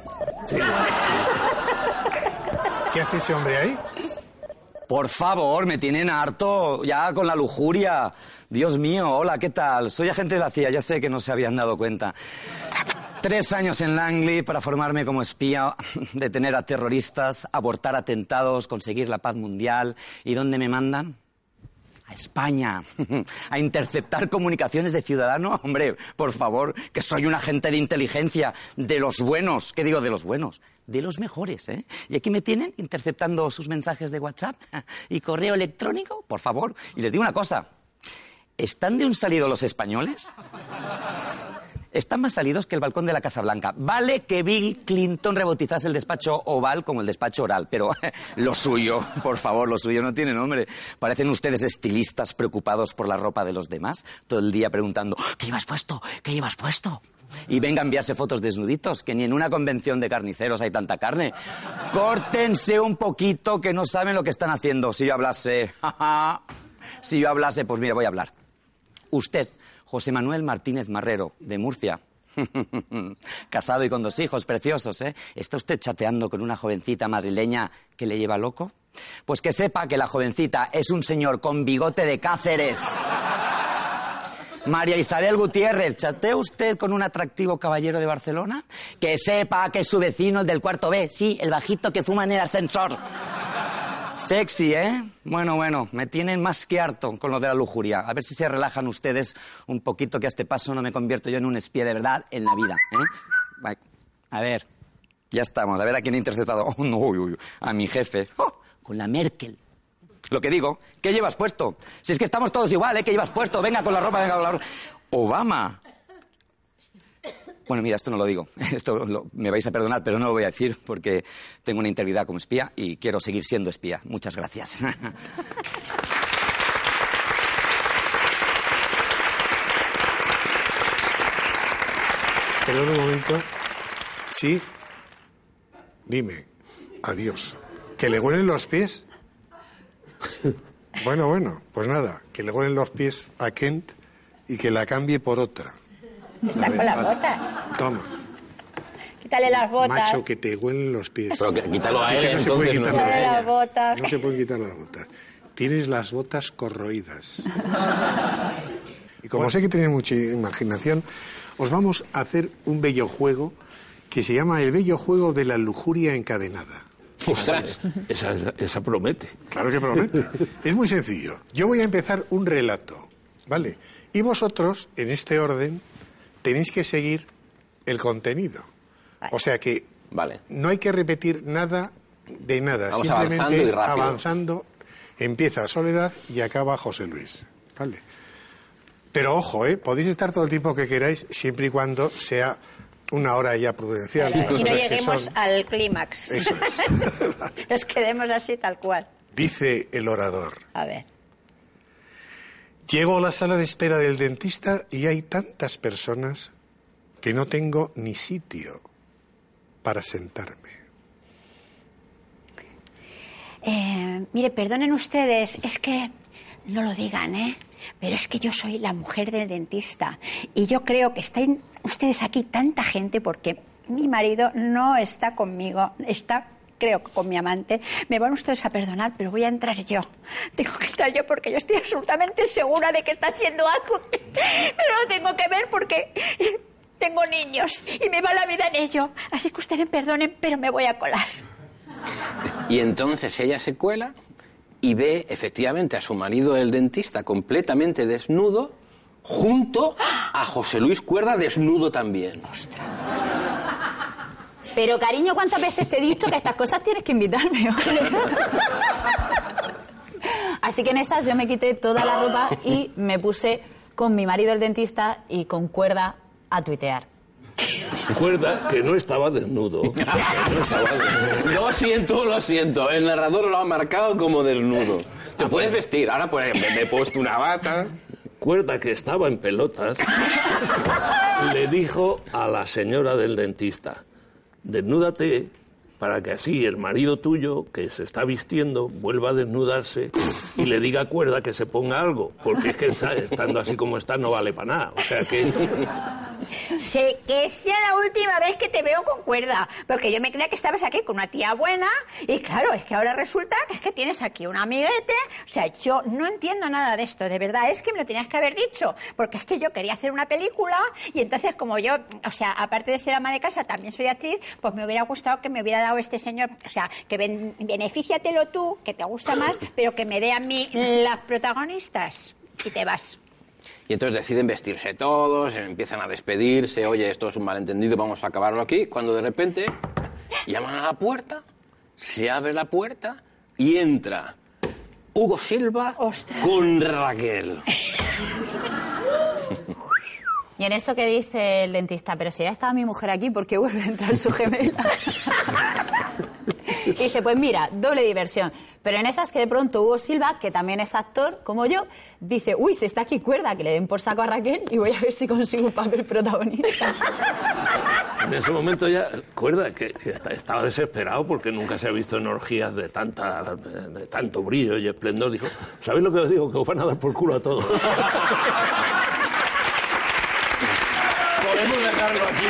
Speaker 3: ¿Qué hace ese hombre ahí?
Speaker 4: Por favor, me tienen harto ya con la lujuria. Dios mío, hola, ¿qué tal? Soy agente de la C I A, ya sé que no se habían dado cuenta. Tres años en Langley para formarme como espía, detener a terroristas, abortar atentados, conseguir la paz mundial. ¿Y dónde me mandan? A España, a interceptar comunicaciones de ciudadanos. Hombre, por favor, que soy un agente de inteligencia, de los buenos. ¿Qué digo de los buenos? De los mejores, ¿eh? Y aquí me tienen interceptando sus mensajes de WhatsApp y correo electrónico, por favor. Y les digo una cosa, ¿están de un salido los españoles? Están más salidos que el balcón de la Casa Blanca. Vale que Bill Clinton rebautizase el despacho oval como el despacho oral, pero lo suyo, por favor, lo suyo no tiene nombre. Parecen ustedes estilistas preocupados por la ropa de los demás, todo el día preguntando, ¿qué llevas puesto? ¿Qué llevas puesto? Y venga a enviarse fotos desnuditos, que ni en una convención de carniceros hay tanta carne. Córtense un poquito, que no saben lo que están haciendo. Si yo hablase, si yo hablase, pues mira, voy a hablar. Usted, José Manuel Martínez Marrero, de Murcia, casado y con dos hijos preciosos, ¿eh? ¿Está usted chateando con una jovencita madrileña que le lleva loco? Pues que sepa que la jovencita es un señor con bigote de Cáceres. María Isabel Gutiérrez, ¿chatea usted con un atractivo caballero de Barcelona? Que sepa que es su vecino, el del cuarto B, sí, el bajito que fuma en el ascensor. Sexy, ¿eh? Bueno, bueno, me tienen más que harto con lo de la lujuria. A ver si se relajan ustedes un poquito, que a este paso no me convierto yo en un espía de verdad en la vida, ¿eh? Bye. A ver, ya estamos. A ver a quién he interceptado. Oh, no, uy, uy, a mi jefe. Oh, con la Merkel. Lo que digo, ¿qué llevas puesto? Si es que estamos todos igual, ¿eh? ¿Qué llevas puesto? Venga con la ropa, venga con la ropa. Obama. Bueno, mira, esto no lo digo. Esto lo- me vais a perdonar, pero no lo voy a decir porque tengo una integridad como espía y quiero seguir siendo espía. Muchas gracias.
Speaker 3: Perdón un momento. Sí. Dime. Adiós. ¿Que le huelen los pies? Bueno, bueno, pues nada. Que le huelen los pies a Kent y que la cambie por otra.
Speaker 10: Está
Speaker 3: A ver,
Speaker 10: con las
Speaker 3: vale.
Speaker 10: botas.
Speaker 3: Toma.
Speaker 10: Quítale las botas.
Speaker 3: Macho, que te huelen los pies.
Speaker 8: Pero que- quítalo a
Speaker 3: Sí,
Speaker 8: él,
Speaker 3: que no se
Speaker 8: entonces,
Speaker 3: puede
Speaker 8: no
Speaker 3: quitar
Speaker 8: me
Speaker 3: las
Speaker 10: Quítale
Speaker 3: botas.
Speaker 10: las botas.
Speaker 3: No se pueden quitar las botas. Tienes las botas corroídas. Y como sé que tenéis mucha imaginación, os vamos a hacer un bello juego que se llama el bello juego de la lujuria encadenada.
Speaker 9: Ostras, esa, esa promete.
Speaker 3: Claro que promete. Es muy sencillo. Yo voy a empezar un relato, ¿vale? Y vosotros, en este orden, tenéis que seguir el contenido. O sea que
Speaker 8: Vale.
Speaker 3: no hay que repetir nada de nada.
Speaker 8: Vamos
Speaker 3: Simplemente
Speaker 8: avanzando y
Speaker 3: es
Speaker 8: rápido.
Speaker 3: avanzando. Empieza Soledad y acaba José Luis. ¿Vale? Pero ojo, ¿eh? Podéis estar todo el tiempo que queráis, siempre y cuando sea una hora ya prudencial.
Speaker 10: Y no
Speaker 3: Las horas que
Speaker 10: lleguemos
Speaker 3: son.
Speaker 10: al clímax.
Speaker 3: Eso es.
Speaker 10: Nos quedemos así tal cual.
Speaker 3: Dice el orador.
Speaker 10: A ver.
Speaker 3: Llego a la sala de espera del dentista y hay tantas personas que no tengo ni sitio para sentarme.
Speaker 10: Eh, mire, perdonen ustedes, es que no lo digan, ¿eh? Pero es que yo soy la mujer del dentista y yo creo que están ustedes aquí tanta gente porque mi marido no está conmigo, está, creo que con mi amante. Me van ustedes a perdonar, pero voy a entrar yo. Tengo que entrar yo porque yo estoy absolutamente segura de que está haciendo algo, pero lo tengo que ver porque tengo niños y me va la vida en ello. Así que ustedes perdonen, pero me voy a colar.
Speaker 8: Y entonces ella se cuela y ve efectivamente a su marido, el dentista, completamente desnudo, junto a José Luis Cuerda, desnudo también.
Speaker 10: ¡Ostras!
Speaker 7: Pero, cariño, ¿cuántas veces te he dicho que a estas cosas tienes que invitarme? Así que en esas yo me quité toda la ropa y me puse con mi marido, el dentista, y con Cuerda a tuitear.
Speaker 9: Cuerda que no estaba desnudo. No estaba desnudo.
Speaker 8: Lo siento, lo siento. El narrador lo ha marcado como desnudo. Te puedes vestir. Ahora, por ejemplo, me he puesto una bata.
Speaker 9: Cuerda que estaba en pelotas le dijo a la señora del dentista: desnúdate para que así el marido tuyo, que se está vistiendo, vuelva a desnudarse y le diga a Cuerda que se ponga algo, porque es que estando así como está no vale para nada. O sea que...
Speaker 10: Sé que sea la última vez que te veo con Cuerda, porque yo me creía que estabas aquí con una tía buena y claro, es que ahora resulta que es que tienes aquí un amiguete. O sea, yo no entiendo nada de esto, de verdad, es que me lo tenías que haber dicho, porque es que yo quería hacer una película y entonces como yo, o sea, aparte de ser ama de casa, también soy actriz, pues me hubiera gustado que me hubiera dado este señor, o sea, que ben, benefíciatelo tú, que te gusta más, pero que me dé a mí las protagonistas y te vas.
Speaker 8: Y entonces deciden vestirse todos, empiezan a despedirse, oye, esto es un malentendido, vamos a acabarlo aquí, cuando de repente llaman a la puerta, se abre la puerta y entra Hugo Silva
Speaker 10: ¡Ostras!
Speaker 8: Con Raquel.
Speaker 7: Y en eso que dice el dentista, pero si ya estaba mi mujer aquí, ¿por qué vuelve a entrar su gemela? Y dice, pues mira, doble diversión. Pero en esas que de pronto Hugo Silva, que también es actor, como yo, dice, uy, se está aquí Cuerda, que le den por saco a Raquel y voy a ver si consigo un papel protagonista.
Speaker 9: En ese momento ya, Cuerda, que, que estaba desesperado porque nunca se ha visto en orgías de, tanta, de tanto brillo y esplendor, dijo, ¿sabéis lo que os digo? Que os van a dar por culo a todos.
Speaker 8: Podemos dejarlo aquí.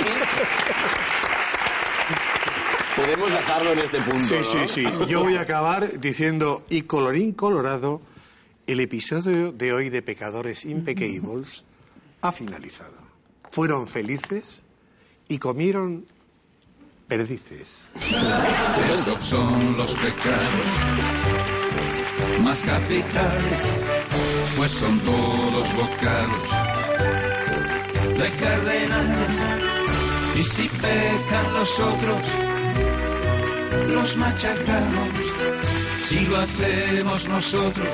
Speaker 8: Podemos dejarlo en este punto,
Speaker 3: Sí,
Speaker 8: ¿no?
Speaker 3: sí, sí. Yo voy a acabar diciendo, y colorín colorado, el episodio de hoy de Pecadores Impecables ha finalizado. Fueron felices y comieron perdices.
Speaker 23: Esos son los pecados más capitales, pues son todos bocados de cardenales. Y si pecan los otros, los machacamos. Si lo hacemos nosotros,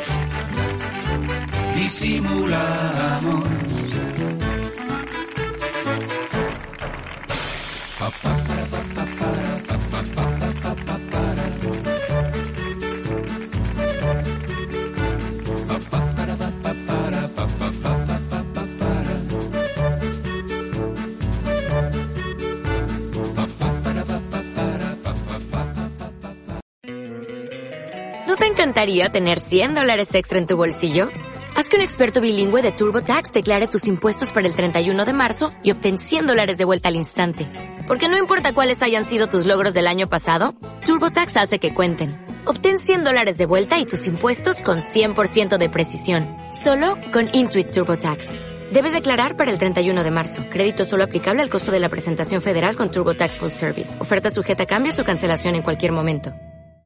Speaker 23: disimulamos. Pa, pa, para, pa, pa, para, pa, pa, pa, pa, pa, para. Pa, pa, para, pa, pa, para, pa, pa, pa, pa, pa, pa, para. Pa, pa, para, pa, pa, para, pa, pa, pa, pa, pa, pa.
Speaker 13: ¿No te encantaría tener cien dólares extra en tu bolsillo? Haz que un experto bilingüe de TurboTax declare tus impuestos para el treinta y uno de marzo y obtén cien dólares de vuelta al instante. Porque no importa cuáles hayan sido tus logros del año pasado, TurboTax hace que cuenten. Obtén cien dólares de vuelta y tus impuestos con cien por ciento de precisión. Solo con Intuit TurboTax. Debes declarar para el treinta y uno de marzo. Crédito solo aplicable al costo de la presentación federal con TurboTax Full Service. Oferta sujeta a cambios o cancelación en cualquier momento.